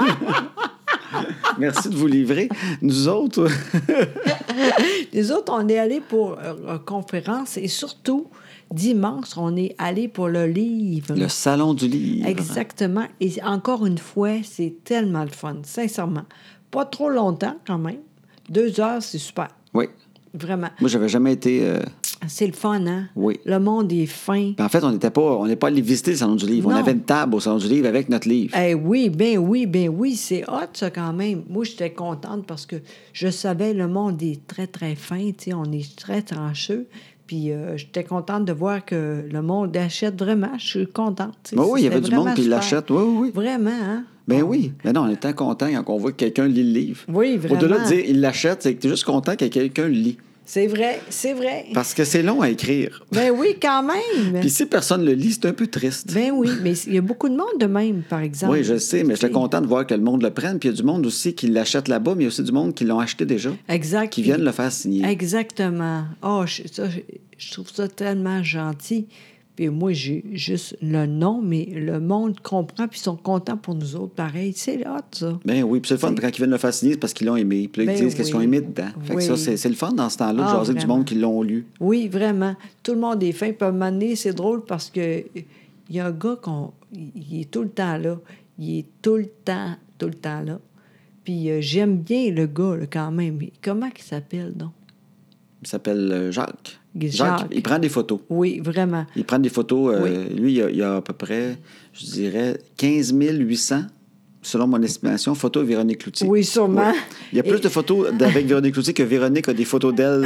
Merci de vous livrer. Nous autres, Les autres, on est allés pour conférence et surtout, dimanche, on est allés pour le livre. le salon du livre. Exactement. Et encore une fois, c'est tellement le fun, sincèrement. Pas trop longtemps, quand même. 2 heures, c'est super. Oui. Vraiment. Moi, j'avais jamais été. C'est le fun, hein? Oui. Le monde est fin. En fait, on n'est pas allé visiter le salon du livre. Non. On avait une table au salon du livre avec notre livre. Eh oui, c'est hot, ça, quand même. Moi, j'étais contente parce que je savais le monde est très, très fin, tu sais, on est très trancheux. Puis j'étais contente de voir que le monde achète vraiment. Je suis contente. tu sais. Oui, il y avait C'était du monde vraiment qui super. l'achète. Oui. Vraiment, hein? Ben oui. Mais non, on était content quand on voit que quelqu'un lit le livre. Oui, vraiment. Au-delà de dire il l'achète, c'est que tu es juste content que quelqu'un le lit. C'est vrai, c'est vrai. Parce que c'est long à écrire. Ben oui, quand même. Puis si personne le lit, c'est un peu triste. Ben oui, mais il y a beaucoup de monde de même, par exemple. Oui, je sais, mais j'étais Tu sais. content de voir que le monde le prenne. Puis il y a du monde aussi qui l'achète là-bas, mais il y a aussi du monde qui l'ont acheté déjà, Exact. qui viennent le faire signer. Exactement. Oh, je trouve ça tellement gentil. Puis moi, j'ai juste le nom, mais le monde comprend, puis ils sont contents pour nous autres. Pareil, c'est hot, ça. Ben oui, puis c'est le fun quand ils viennent le faire signer, c'est parce qu'ils l'ont aimé. Puis là, ils Ben disent qu'est-ce qu'ils ont oui. aimé dedans. Fait que Oui. ça, c'est le fun dans ce temps-là, de Ah, jaser du vraiment. monde qui l'ont lu. Oui, vraiment. Tout le monde est fin. Puis à un moment donné, c'est drôle parce que il y a un gars il est tout le temps là. Il est tout le temps là. Puis j'aime bien le gars, là, quand même. Comment il s'appelle, donc? Il s'appelle Jacques. Jacques. Il prend des photos. Oui, vraiment. Il prend des photos. Oui. Lui, il y a à peu près, je dirais, 15 800, selon mon estimation, photos de Véronique Cloutier. Oui, sûrement. Oui. Il y a plus Et- de photos avec Véronique Cloutier que Véronique a des photos d'elle.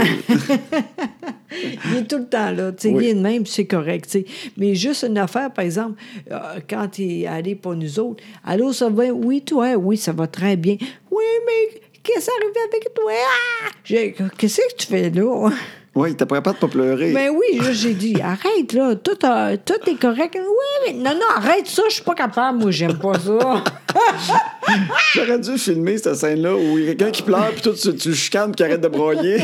Il est tout le temps là. Tu sais, Oui. il est de même, puis c'est correct. tu sais. Mais juste une affaire, par exemple, quand il est allé pour nous autres, allô, ça va? Oui, toi? Oui, ça va très bien. Oui, mais qu'est-ce qui est arrivé avec toi? Ah! Qu'est-ce que tu fais là? Oui, il était pas capable de pas pleurer. Ben oui, j'ai dit, arrête, là, tout est correct. Oui, mais non, arrête ça, je suis pas capable, moi, j'aime pas ça. J'aurais dû filmer cette scène-là où il y a quelqu'un qui pleure, puis toi, tu le chicanes, puis qu'il arrête de broyer.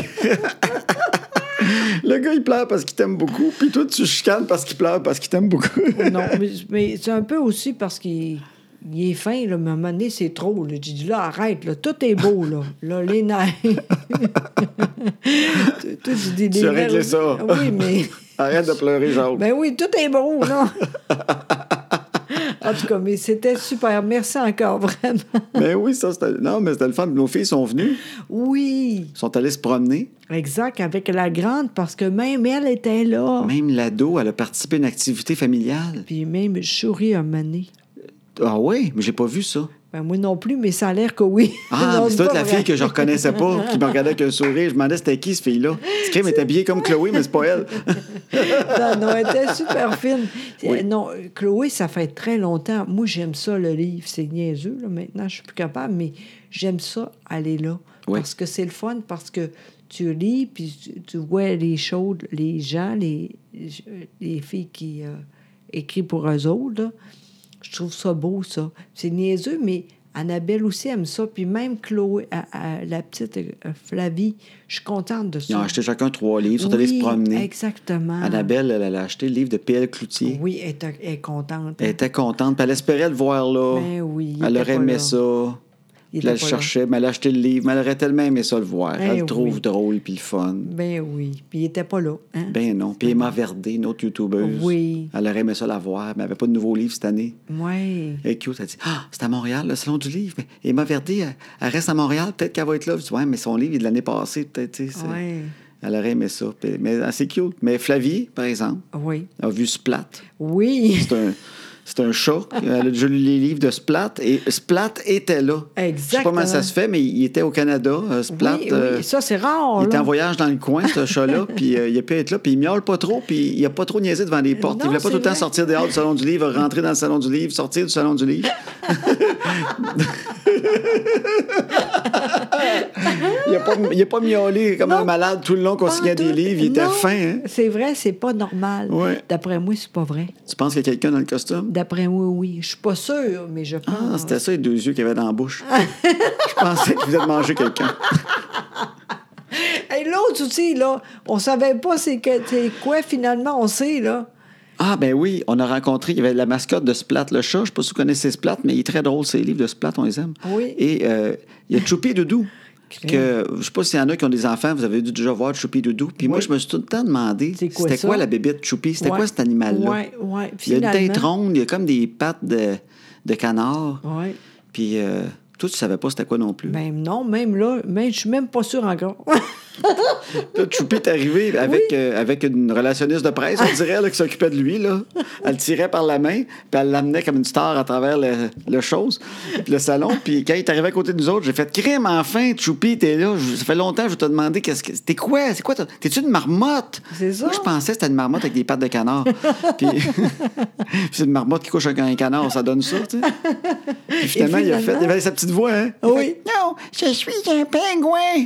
Le gars, il pleure parce qu'il t'aime beaucoup, puis toi, tu chicanes parce qu'il pleure parce qu'il t'aime beaucoup. Non, mais c'est un peu aussi parce qu'il est fin, là, mais à un moment donné, c'est trop. Là. J'ai dit, là, arrête, là, tout est beau, là. Là, les nerfs. Tout, des Tu as réglé nerfs. ça. Oui, mais... Arrête de pleurer, Jacques. Ben oui, tout est beau, là. En tout cas, mais c'était super. Merci encore, vraiment. Ben oui, ça, c'était... Non, mais c'était le fun. Nos filles sont venues, Oui, sont allées se promener. exact, avec la grande, parce que même elle était là. Même l'ado, elle a participé à une activité familiale. Puis même Chourie a mené. Ah oui, mais j'ai pas vu ça. Ben, moi non plus, mais ça a l'air que oui. Ah, Non, mais c'est toute pas la vrai. fille que je reconnaissais pas, qui me regardait avec un sourire. Je me demandais c'était qui, cette fille-là. Ce crime est habillée comme Chloé, mais c'est pas elle. Non, elle était super fine. Oui. Non, Chloé, ça fait très longtemps. Moi, j'aime ça, le livre. C'est niaiseux, là. Maintenant, je suis plus capable, mais j'aime ça, aller là. Oui. Parce que c'est le fun, parce que tu lis, puis tu vois les choses, les gens, les filles qui écrivent pour eux autres, là. Je trouve ça beau, ça. C'est niaiseux, mais Annabelle aussi aime ça. Puis même Chloé, la petite Flavie, je suis contente de ça. Ils ont acheté chacun 3 livres, ils sont allés se promener. Exactement. Annabelle, elle a acheté le livre de P.L. Cloutier. Oui, elle est contente. Elle était contente, puis elle espérait le voir là. Ben oui, il Elle était aurait pas aimé là. ça. Il Puis là, elle était pas là. cherchait, mais elle a acheté le livre, mais elle aurait tellement aimé ça le voir. Ben Elle le trouve oui. drôle puis le fun. Ben oui. Puis il était pas là. Hein? Ben non. Puis Emma Verdé, une autre youtubeuse. Oui. Elle aurait aimé ça la voir, mais elle n'avait pas de nouveau livre cette année. Oui. Elle est cute, elle dit « Ah, c'est à Montréal, le Salon du livre. Mais Emma Verdé, elle reste à Montréal, peut-être qu'elle va être là. » Je dis « Ouais, mais son livre, il est de l'année passée, peut-être. Tu sais, c'est- Oui. Elle aurait aimé ça. Puis- mais c'est cute. Mais Flavie, par exemple, Oui. a vu Splat. Oui. C'est un chat. Elle a déjà lu les livres de Splat et Splat était là. Je sais pas Exactement. comment ça se fait, mais il était au Canada. Splat, Oui, oui. Ça, c'est rare. il était là. en voyage dans le coin, ce chat-là, puis il a pu être là, puis il miaule pas trop, puis il a pas trop niaisé devant les portes. Non, Il voulait pas c'est tout le temps vrai. sortir dehors du Salon du Livre, rentrer dans le Salon du Livre, sortir du Salon du Livre. Il a pas miaulé comme un malade tout le long qu'on Pas signait des tout. livres. Il était Non, fin, hein? C'est vrai, c'est pas normal. Ouais. D'après moi, c'est pas vrai. Tu penses qu'il y a quelqu'un dans le costume? D'après moi, oui. Je suis pas sûre, mais je pense. Ah, c'était ça, les 2 yeux qu'il y avait dans la bouche. Je pensais qu'il venait de manger quelqu'un. Hey, l'autre aussi, là, on savait pas c'est quoi, finalement, on sait, là. Ah, ben oui, on a rencontré, il y avait la mascotte de Splat, le chat. Je ne sais pas si vous connaissez Splat, mais il est très drôle, ces livres de Splat, on les aime. Oui. Et il y a Choupi Doudou. Que, je ne sais pas s'il y en a qui ont des enfants, vous avez dû déjà voir Choupi Doudou. Puis moi, Oui. je me suis tout le temps demandé, C'est quoi c'était ça? quoi la bébête Choupi? C'était Ouais. quoi cet animal-là? Oui, oui. Il y a une tête ronde, il y a comme des pattes de canard. Oui. Puis toi, tu ne savais pas c'était quoi non plus. Même non, même là, je suis même pas sûre encore. Là, Choupi est arrivé avec une relationniste de presse, on dirait, là, qui s'occupait de lui. Là. Elle le tirait par la main, puis elle l'amenait comme une star à travers le chose, puis le salon. Puis quand il est arrivé à côté de nous autres, j'ai fait « Crime, enfin, Choupi, t'es là. Ça fait longtemps que je te demandais qu'est-ce que... C'était quoi? C'est quoi? T'es-tu une marmotte? » C'est ça. Moi, je pensais que c'était une marmotte avec des pattes de canard. Puis c'est une marmotte qui couche avec un canard, ça donne ça, tu sais. Puis finalement, il avait sa petite voix, hein? Il a Oui. fait, non, je suis un pingouin!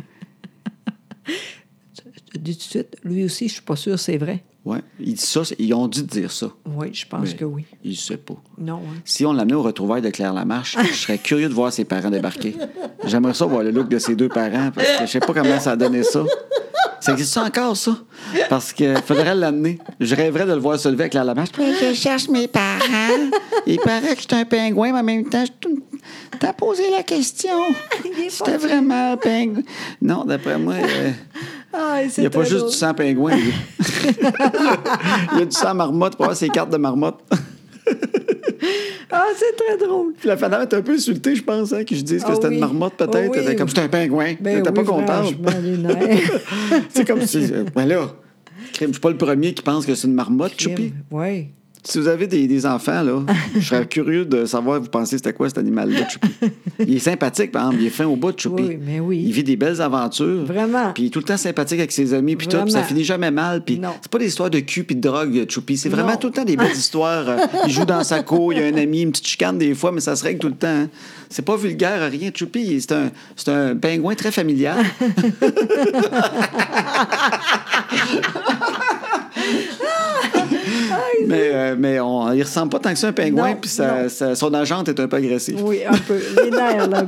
Je te dis tout de suite, lui aussi, je suis pas sûre c'est vrai. Oui, il dit ça, ils ont dû dire ça. Oui, je pense Mais que oui. Il ne sait pas. Non, hein. Si on l'amenait au retrouvailles de Claire Lamarche, je serais curieux de voir ses parents débarquer. J'aimerais ça voir le look de ses 2 parents, parce que je sais pas comment ça a donné ça. Ça existe encore, ça? Parce qu'il faudrait l'amener. Je rêverais de le voir se lever avec Claire Lamarche. Puis je cherche mes parents. Il paraît que je suis un pingouin, mais en même temps, t'as posé la question. C'était vraiment un pingouin. Non, d'après moi... Ah, il n'y a pas juste du sang pingouin. Lui. Il y a du sang marmotte pour avoir ses cartes de marmotte. Ah, c'est très drôle. Puis la femme est un peu insultée, je pense, hein, que je dise que c'était une marmotte, peut-être. Oh, oui. Elle était comme c'était un pingouin. Ben Elle n'était pas contente. C'est comme si. Ben là, je suis pas le premier qui pense que c'est une marmotte, Choupi. Oui. Si vous avez des enfants, là, je serais curieux de savoir, vous pensez, c'était quoi cet animal-là, Choupi? Il est sympathique, par exemple. Il est fin au bout de Choupi. Oui, mais oui. Il vit des belles aventures. Vraiment. Puis il est tout le temps sympathique avec ses amis, puis tout. Puis ça Vraiment. finit jamais mal. Puis Non. c'est pas des histoires de cul puis de drogue, Choupi. C'est vraiment Non. tout le temps des belles histoires. Il joue dans sa cour, il y a un ami, une petite chicane des fois, mais ça se règle tout le temps. Hein. C'est pas vulgaire, rien. Choupi, c'est un pingouin très familial. mais il ressemble pas tant que ça à un pingouin, Non, puis son agente est un peu agressive. Oui, un peu. Les nerfs, là.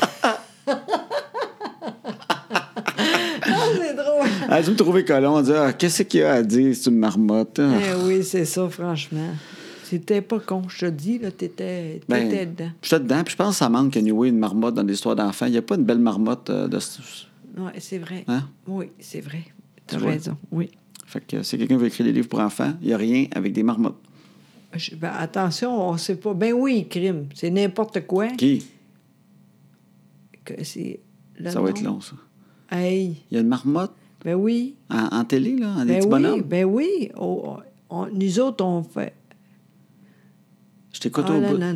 Ah, c'est drôle. Elle a dû me trouver colon. Elle dit qu'est-ce qu'il y a à dire, c'est une marmotte. Ah. Oui, c'est ça, franchement. C'était pas con, je te dis, là, t'étais dedans. J'étais dedans, puis je pense que ça manque anyway, une marmotte dans l'histoire d'enfants. Il n'y a pas une belle marmotte de... Oui, c'est vrai. Hein? Oui, c'est vrai. Tu as Tu vois? raison, oui. Fait que si quelqu'un veut écrire des livres pour enfants, il n'y a rien avec des marmottes. Ben, attention, on ne sait pas. Ben oui, crime, c'est n'importe quoi. Qui? Que c'est Ça va être long, ça. Hey, Il y a une marmotte ben oui. en télé, là, en des Ben petits oui, bonhommes. ben oui. Nous autres, on fait... Je t'écoute au bout.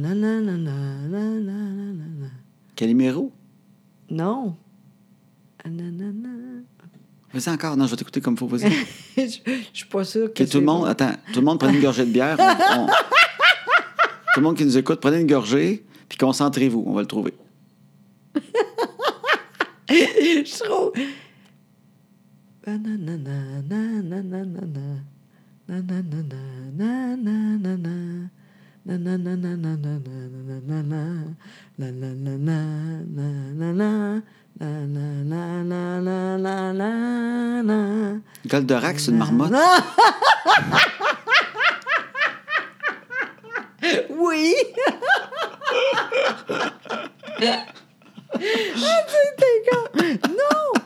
Calimero? Non. Vas-y encore. Non, je vais t'écouter comme il faut. Vas-y. Je suis pas sûre que OK, tout le monde, attends, tout le monde prenez une gorgée de bière. Tout le monde qui nous écoute, prenez une gorgée, puis concentrez-vous. On va le trouver. Je trouve... Goldorak, c'est une marmotte. Oui! Non!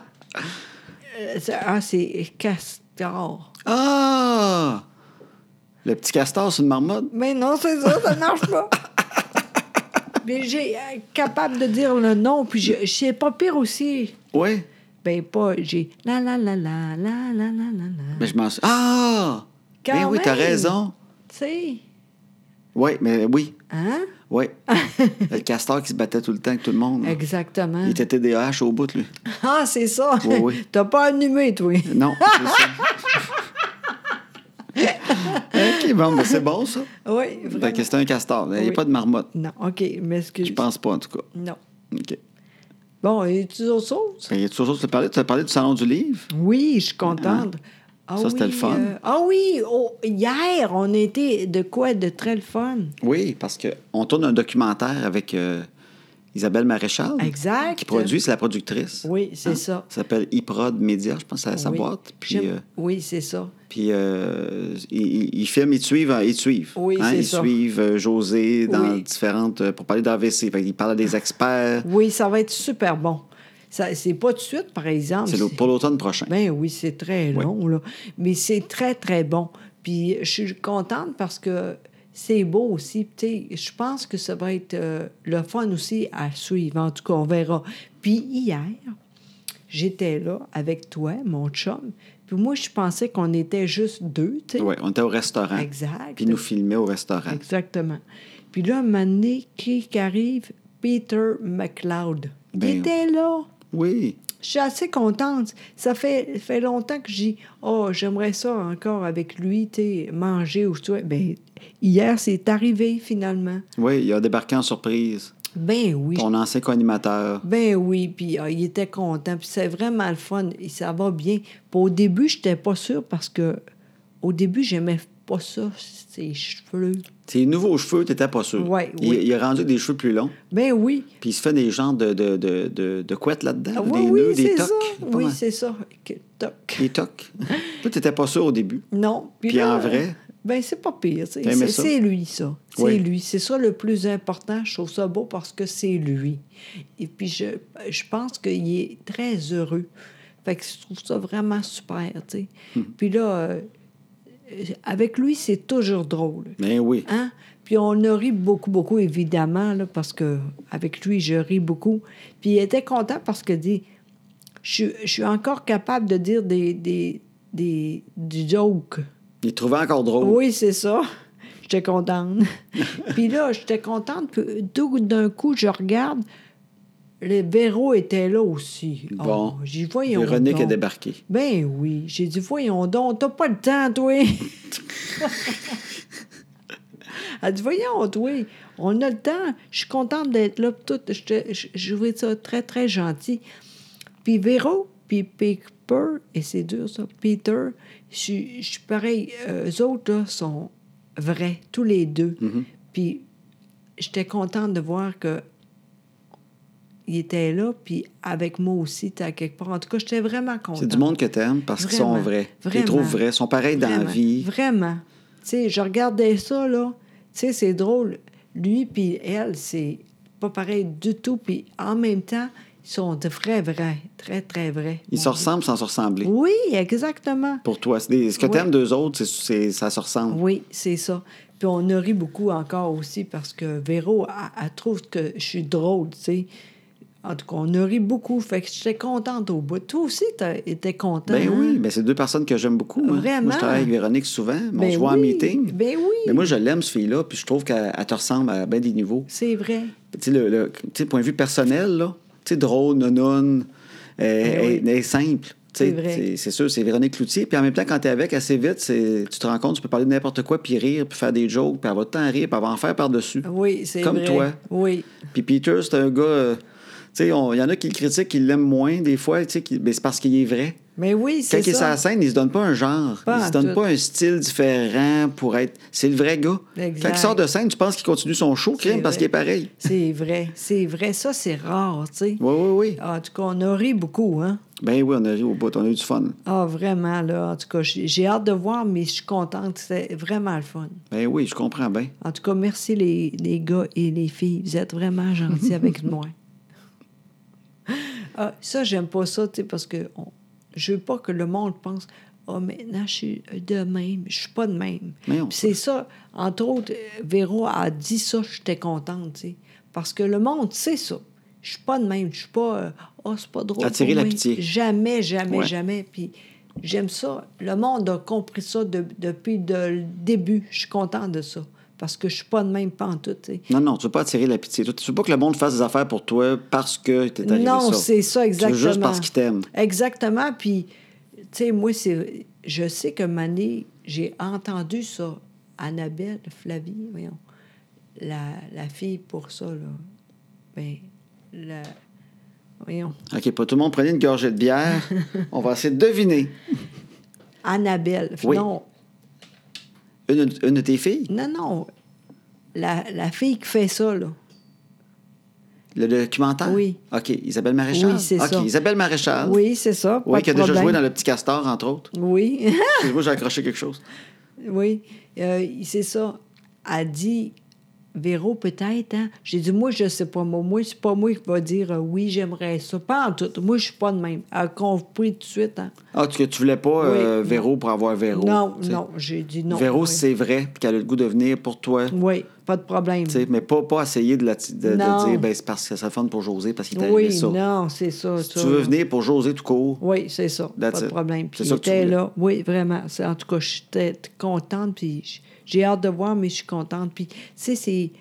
C'est castor. Ah! Le petit castor, c'est une marmotte? Mais non, c'est ça marche pas. Mais j'ai capable de dire le nom, puis c'est pas pire aussi. Oui. Ben pas, j'ai la la la la la la la la. Mais je m'en suis... Ah! Quand Ben oui, t'as même. raison. Tu sais. Oui, mais oui. Hein? Oui. Le castor qui se battait tout le temps avec tout le monde. Exactement. Il était TDAH au bout, lui. Ah, c'est ça. Oui, oui. T'as pas allumé, toi. Non, c'est ça. OK, bon, ben c'est bon, ça. Oui, Fait vraiment. que c'était un castor. Il n'y a Oui. pas de marmotte. Non, OK, m'excuse. Je pense pas, en tout cas. Non. OK. Bon, et tu autre chose? Ben, y a toujours chose à te parler? Tu as parlé du Salon du Livre? Oui, je suis contente. Ah Ça, c'était oui, le fun. Oui, hier, on était de quoi de très le fun. Oui, parce qu'on tourne un documentaire avec Isabelle Maréchal. Exact. Qui produit, c'est la productrice. Oui, c'est ça. Ça s'appelle iProd Media, je pense, c'est sa Oui. boîte. Puis, Oui, c'est ça. puis ils filment, ils suivent. Oui, c'est ils ça. suivent José dans Oui. différentes... pour parler d'AVC. Fait qu'ils parlent à des experts. Oui, ça va être super bon. Ça, c'est pas tout de suite, par exemple. C'est pour l'automne prochain. Ben oui, c'est très long, là. Mais c'est très, très bon. Puis je suis contente parce que c'est beau aussi. Tu sais, je pense que ça va être le fun aussi à suivre. En tout cas, on verra. Puis hier, j'étais là avec toi, mon chum. Puis moi, je pensais qu'on était juste deux, tu sais. Oui, on était au restaurant. Exact. Puis ils nous filmaient au restaurant. Exactement. Puis là, un moment donné, qui arrive? Peter McLeod. Il Ben, était là. Oui. Je suis assez contente. Ça fait longtemps que j'ai j'aimerais ça encore avec lui, tu sais, manger ou tout. Ben, hier, c'est arrivé finalement. Oui, il a débarqué en surprise. Ben oui. Ton ancien co-animateur. Ben oui, puis il était content. Puis c'est vraiment le fun. Et ça va bien. Puis au début, je n'étais pas sûre parce que au début, j'aimais pas ça, ses cheveux. Ses nouveaux cheveux, t'étais pas sûr. Ouais, il, oui. il a rendu des cheveux plus longs. Ben oui. Puis il se fait des genres de couettes là-dedans. Ah, des oui, nœuds, c'est des ça. tocs. Oui, c'est ça. Toc. Des tocs. Toi, t'étais pas sûr au début. Non. Puis là, en vrai? Ben c'est pas pire. Tu sais. T'aimais ça? C'est lui, ça. C'est Oui. lui. C'est ça le plus important. Je trouve ça beau parce que c'est lui. Et puis, je pense qu'il est très heureux. Fait que je trouve ça vraiment super, tu sais. Puis là, avec lui, c'est toujours drôle. Ben oui. Hein? Puis on a ri beaucoup, beaucoup, évidemment, là, parce que avec lui, je ris beaucoup. Puis il était content parce que dit, je suis encore capable de dire des jokes. Il trouvait encore drôle. Oui, c'est ça. J'étais contente. Puis là, j'étais contente. Puis tout d'un coup, je regarde, le Véro était là aussi. Bon. J'ai dit, voyons Véronique donc. a débarqué. Ben oui. J'ai dit, voyons donc, t'as pas le temps, toi. Elle dit, voyons, toi, on a le temps. Je suis contente d'être là. Tout. Je trouvais ça très, très gentil. Puis Véro, puis Piper, et c'est dur, ça, Peter, je suis pareil. Eux autres, là, sont vrais, tous les deux. Mm-hmm. Puis j'étais contente de voir que il était là, puis avec moi aussi, t'es à quelque part. En tout cas, j'étais vraiment contente. C'est du monde que t'aimes parce qu'ils sont vrais. Tu les trouves vrais. Ils sont pareils dans la vie. Vraiment. Tu sais, je regardais ça, là. Tu sais, c'est drôle. Lui puis elle, c'est pas pareil du tout. Puis en même temps, ils sont de vrais. Très, très vrais. Ils se ressemblent sans se ressembler. Oui, exactement. Pour toi. Ce que t'aimes d'eux autres, ça se ressemble. Oui, c'est ça. Puis on a ri beaucoup encore aussi parce que Véro, elle trouve que je suis drôle, tu sais. En tout cas, on a ri beaucoup. Fait que j'étais contente au bout. Toi aussi, t'étais content. Ben hein? oui, ben c'est deux personnes que j'aime beaucoup. Moi. Vraiment? Moi, je travaille avec Véronique souvent, mais on Ben se voit en oui, meeting. ben oui. Mais moi, je l'aime, cette fille-là, puis je trouve qu'elle te ressemble à bien des niveaux. C'est vrai. Tu sais, tu sais, point de vue personnel, là, tu sais, drôle, non, elle est simple. Tu sais, C'est vrai. c'est sûr, c'est Véronique Cloutier. Puis en même temps, quand tu es avec assez vite, tu te rends compte, tu peux parler de n'importe quoi, puis rire, puis faire des jokes, puis elle va tout le temps rire, puis elle va en faire par-dessus. Oui, c'est Comme vrai. toi. Oui. Puis Peter, c'est un gars... tu sais, il y en a qui le critiquent, qui l'aiment moins des fois, tu sais, mais c'est parce qu'il est vrai. Mais oui, Quand c'est il est sur la ça. scène, il se donne pas un genre. Pas il se en donne tout. pas un style différent pour être... C'est le vrai gars. Exact. Quand il sort de scène, tu penses qu'il continue son show, C'est crime, parce vrai. qu'il est pareil. C'est vrai. C'est vrai. Ça, c'est rare, tu sais. Oui, oui, oui. En tout cas, on a ri beaucoup, hein? Ben oui, on a ri au bout, on a eu du fun. Ah, vraiment, là. En tout cas, j'ai hâte de voir, mais je suis contente. C'était vraiment le fun. Ben oui, je comprends bien. En tout cas, merci les gars et les filles. Vous êtes vraiment gentils avec moi. Ah, ça, j'aime pas ça, tu sais, parce que je veux pas que le monde pense « Ah, maintenant, je suis de même. » Je suis pas de même. Mais Puis c'est ça. Entre autres, Véro a dit ça, j'étais contente, tu sais. Parce que le monde sait ça. Je suis pas de même. Je suis pas « Ah, c'est pas drôle Attirer pour la moi. pitié. Jamais, jamais, Ouais. jamais. Puis j'aime ça. Le monde a compris ça depuis le début. Je suis contente de ça. Parce que je suis pas de même pantoute, tu sais. Non, non, tu veux pas attirer la pitié. Tu veux pas que le monde fasse des affaires pour toi parce que t'es arrivé Non, ça. c'est ça, exactement. Tu veux juste parce qu'il t'aime. Exactement. Puis, tu sais, moi, je sais que Mané, j'ai entendu ça. Annabelle, Flavie, voyons, la fille pour ça, là. Ben, voyons. OK, pas tout le monde prenez une gorgée de bière. On va essayer de deviner. Annabelle. Oui. Non, Une de tes filles? non. La fille qui fait ça, là. Le documentaire? Oui. OK, Isabelle Maréchal? Oui, c'est OK, ça. Isabelle Maréchal. Oui, c'est ça. Pas Oui, de qui a déjà problème. joué dans Le Petit Castor, entre autres. Oui. Moi, j'ai accroché quelque chose. Oui, c'est ça. Elle dit, Véro, peut-être, hein? J'ai dit, moi, je sais pas. Moi, c'est pas moi qui va dire oui, j'aimerais ça. Pas en tout. Moi, je suis pas de même. Elle a compris tout de suite, hein? Ah, tu voulais pas Oui, Véro pour avoir Véro. Non, tu sais. non, j'ai dit non. Véro, oui. c'est vrai, puis qu'elle a le goût de venir pour toi. Oui, pas de problème. Tu sais, mais pas essayer de Non. dire, ben, c'est parce que ça fun pour José, parce qu'il t'a Oui, arrivé ça. non, c'est ça. Si ça, tu veux là. venir pour José tout court, Oui, c'est ça. That's Pas de it. problème. Puis C'est il ça que tu était voulais. là. Oui, vraiment. En tout cas, j'étais contente. Puis j'ai hâte de voir, mais je suis contente. Puis, tu sais, c'est.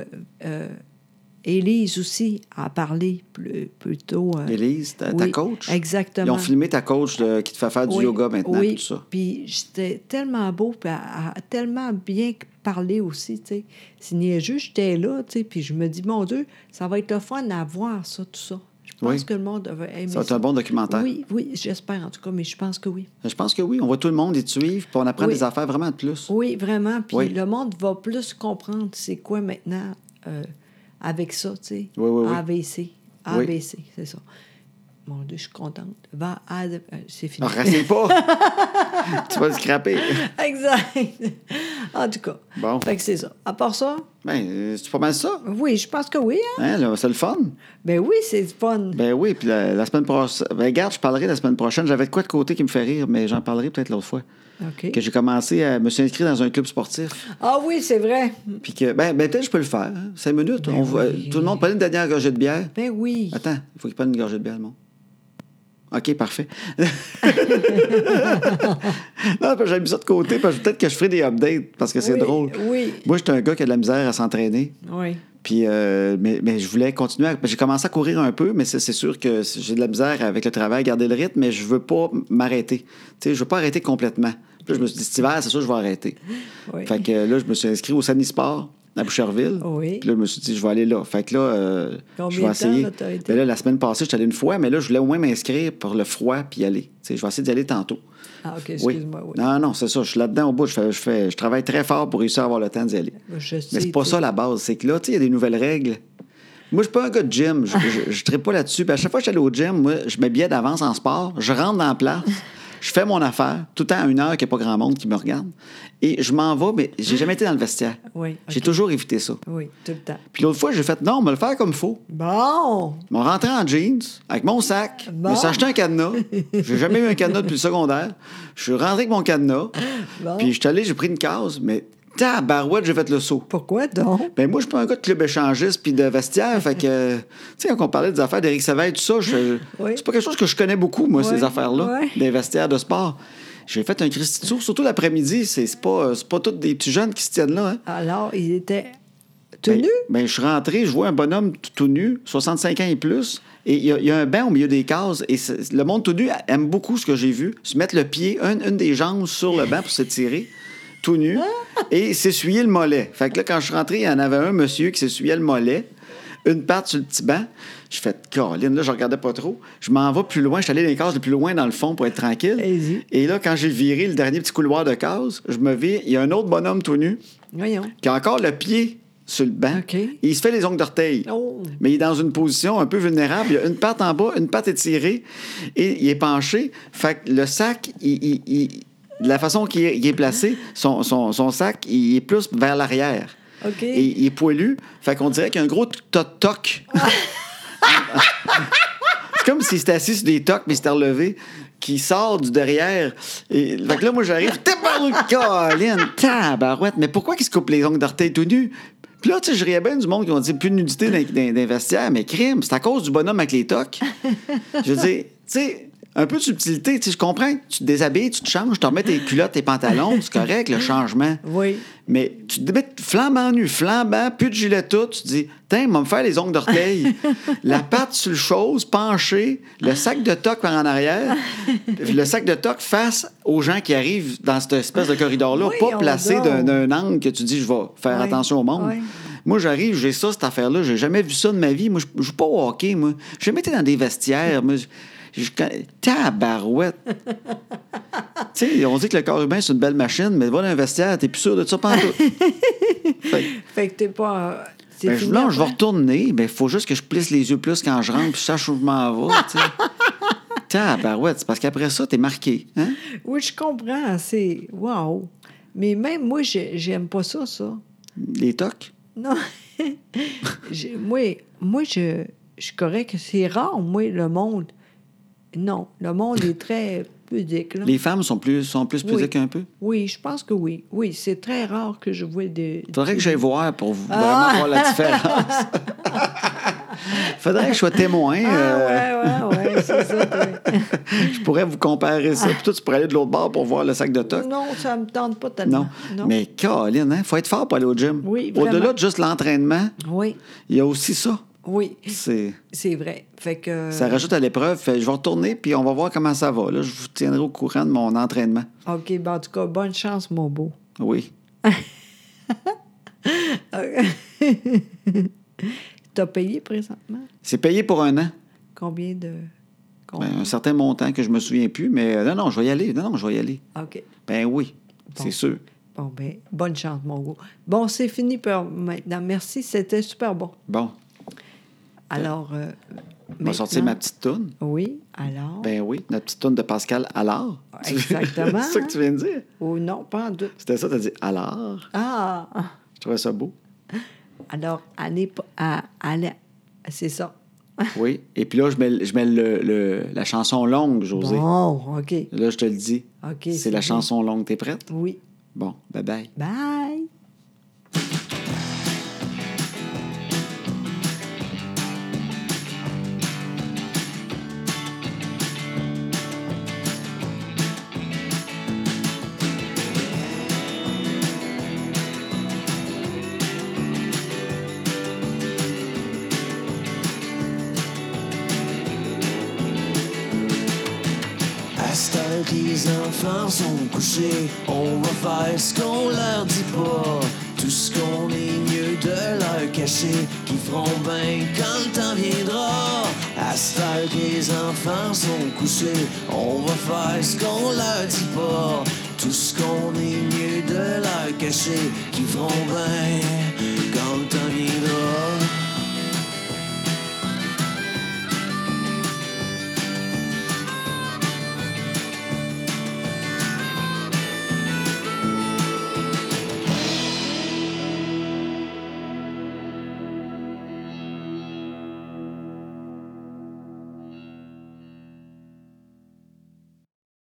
Élise aussi a parlé plus tôt. Élise, ta oui, coach. Exactement. Ils ont filmé ta coach qui te fait faire du Oui, yoga maintenant, oui. tout ça. Puis c'était tellement beau, puis elle a tellement bien parlé aussi, tu sais. C'est niaiseux, j'étais là, tu sais, puis je me dis, mon Dieu, ça va être le fun à voir ça, tout ça. Je pense Oui. que le monde va aimer Ça va être un bon documentaire. Oui, oui, j'espère en tout cas, mais je pense que oui. Je pense que oui. On voit tout le monde y te suivre, puis on apprend Oui. des affaires vraiment de plus. Oui, vraiment. Puis Oui. le monde va plus comprendre c'est quoi maintenant avec ça, tu sais. Oui, oui, oui. AVC. Oui. AVC, c'est ça. Mon Dieu, je suis contente. C'est fini. Ne racine pas! Tu vas le scraper. Exact. En tout cas. Bon. Fait que c'est ça. À part ça, Ben, c'est pas mal ça. oui, je pense que oui. Hein? Hein, là, c'est le fun. Ben oui, c'est fun. Ben oui, puis la semaine prochaine... Ben regarde, je parlerai la semaine prochaine. J'avais de quoi de côté qui me fait rire, mais j'en parlerai peut-être l'autre fois. OK. Que j'ai commencé à me suis inscrit dans un club sportif. Ah oui, c'est vrai. Puis que, ben peut-être je peux le faire. Hein. 5 minutes. Ben On va- oui. Tout le monde prenne une dernière gorgée de bière. Ben oui. Attends, il faut qu'il prenne une gorgée de bière, le monde. OK, parfait. Non, parce que j'ai mis ça de côté, parce que peut-être que je ferai des updates, parce que c'est Oui, drôle. Oui. Moi, j'étais un gars qui a de la misère à s'entraîner. Oui. Puis, mais je voulais continuer. J'ai commencé à courir un peu, mais c'est sûr que j'ai de la misère avec le travail, garder le rythme, mais je veux pas m'arrêter. Tu sais, je veux pas arrêter complètement. Puis là, je me suis dit, cet hiver, c'est sûr, je vais arrêter. Oui. Fait que là, je me suis inscrit au Sanisport à Boucherville. Oui. Puis là, je me suis dit, je vais aller là. Fait que là, Combien je vais de temps, essayer. là, t'as été? Ben là, la semaine passée, je suis allé une fois, mais là, je voulais au moins m'inscrire pour le froid puis y aller. Tu sais, je vais essayer d'y aller tantôt. Ah, OK, Oui. excuse-moi. Oui. Non, non, c'est ça. Je suis là-dedans au bout. Je travaille très fort pour réussir à avoir le temps d'y aller. Je sais, Mais c'est pas tu ça sais. la base. C'est que là, tu sais, il y a des nouvelles règles. Moi, je suis pas un gars de gym. Je ne traite pas là-dessus. Puis à chaque fois que je suis allé au gym, moi, je m'habillais d'avance en sport. Je rentre dans la place. Je fais mon affaire, tout le temps à 1 heure qu'il n'y a pas grand monde qui me regarde. Et je m'en vais, mais j'ai jamais été dans le vestiaire. Oui, J'ai OK. toujours évité ça. Oui, tout le temps. Puis l'autre fois, j'ai fait, non, on va le faire comme il faut. Bon! Ils m'ont rentré en jeans, avec mon sac. Bon. Je me suis acheté un cadenas. J'ai jamais eu un cadenas depuis le secondaire. Je suis rentré avec mon cadenas. Bon. Puis je suis allé, j'ai pris une case, mais Tabarouette, j'ai fait le saut. Pourquoi donc? Ben moi, je suis pas un gars de club échangiste puis de vestiaire. Fait que, tu sais, quand on parlait des affaires d'Éric Savard, tout ça, Oui. c'est pas quelque chose que je connais beaucoup, moi, Oui. ces affaires-là, Oui. des vestiaires de sport. J'ai fait un Christy de saut, surtout l'après-midi. C'est pas tous des petits jeunes qui se tiennent là. Hein? Alors, il était tenu? Ben, je suis rentré, je vois un bonhomme tout nu, 65 ans et plus, et il y a un banc au milieu des cases. Et le monde tout nu aime beaucoup ce que j'ai vu. Se mettre le pied, une des jambes sur le banc pour s'étirer, tout nu, et s'essuyer le mollet. Fait que là, quand je suis rentré, il y en avait un monsieur qui s'essuyait le mollet, une patte sur le petit banc. Je fais Caroline, là, je regardais pas trop. Je m'en vais plus loin. Je suis allé dans les cases le plus loin dans le fond pour être tranquille. Allez-y. Et là, quand j'ai viré le dernier petit couloir de cases, je me vire. Il y a un autre bonhomme tout nu Voyons. qui a encore le pied sur le banc. OK. Et il se fait les ongles d'orteil. Oh. Mais il est dans une position un peu vulnérable. Il a une patte en bas, une patte étirée et il est penché. Fait que le sac, de la façon qu'il est placé, son sac, il est plus vers l'arrière. OK. Et il est poilu. Fait qu'on dirait qu'il y a un gros toc. C'est comme s'il s'était assis sur des tocs, mais il s'était relevé, qui sort du derrière. Et, fait que là, moi, j'arrive. Tabarouette. Mais pourquoi qu'il se coupe les ongles d'orteil tout nu? Puis là, tu sais, je riais bien du monde qui ont dit plus de nudité dans les vestiaires, mais crime, c'est à cause du bonhomme avec les tocs. Je veux dire, tu sais, un peu de subtilité, tu sais, je comprends. Tu te déshabilles, tu te changes, tu te remets tes culottes, tes pantalons, c'est correct, le changement. Oui. Mais tu te mets flambant nu, flambant, plus de gilet tout, tu te dis, tiens, va me faire les ongles d'orteil. La patte sur le chose, penchée, le sac de toc par en arrière, le sac de toc face aux gens qui arrivent dans cette espèce de corridor-là, Oui, pas placé donc. d'un angle que tu dis, je vais faire Oui, attention au monde. oui. Moi, j'arrive, j'ai ça, cette affaire-là, j'ai jamais vu ça de ma vie. Moi, je joue pas au hockey, moi. J'ai jamais été dans des vestiaires, moi. Tabarouette! Tu sais, on dit que le corps humain, c'est une belle machine, mais va dans un vestiaire, t'es plus sûr de ça pantoute. Fait que t'es pas... c'est Ben, fini là, je vais après? retourner, mais il faut juste que je plisse les yeux plus quand je rentre, puis je sache où je m'en vais, tu sais. Tabarouette, c'est parce qu'après ça, t'es marqué, hein? Oui, je comprends. C'est... Wow! Mais même moi, j'aime pas ça. Les tocs. Non. Moi, je suis correct. C'est rare, moi, le monde. Non, le monde est très pudique. Là. Les femmes sont plus pudiques un peu. Oui, je pense que oui. Oui, c'est très rare que je vois des... Faudrait que j'aille voir pour vraiment voir la différence. Faudrait que je sois témoin. Ouais, c'est ça. Je pourrais vous comparer ça. Puis toi, tu pourrais aller de l'autre bord pour voir le sac de toc. Non, ça me tente pas tellement. Non. Mais Caroline, hein, faut être fort pour aller au gym. Oui, vraiment. Au-delà de juste l'entraînement, Oui, il y a aussi ça. oui, C'est... c'est vrai. Fait que... Ça rajoute à l'épreuve. Fait, je vais retourner, puis on va voir comment ça va. Là, je vous tiendrai au courant de mon entraînement. OK, ben en tout cas, bonne chance, mon beau. Oui. T'as payé présentement? C'est payé pour un an. Combien de... Ben, un certain montant que je me souviens plus, mais non, je vais y aller. Non, je vais y aller. OK. Ben oui, c'est sûr. Bon, ben, bonne chance, mon beau. Bon, c'est fini pour maintenant. Merci, c'était super bon. Bon, Alors, on va sortir ma petite toune. Oui, alors... Ben oui, notre petite toune de Pascal Allard. Exactement. C'est ça que tu viens de dire? Oh non, pas en doute. C'était ça, t'as dit Allard. Ah! Je trouvais ça beau. Alors, c'est ça. Oui. Et puis là, je mets la chanson longue, José. Bon, OK. Là, je te le dis. OK. C'est la bien. chanson longue. T'es prête? Oui. Bon, bye-bye. Bye! À cette heure que les enfants sont couchés, on va faire ce qu'on leur dit pas. Tout ce qu'on est mieux de leur cacher, qui feront bien quand le temps viendra. À cette heure que les enfants sont couchés, on va faire ce qu'on leur dit pas. Tout ce qu'on est mieux de leur cacher, qui feront bien quand le temps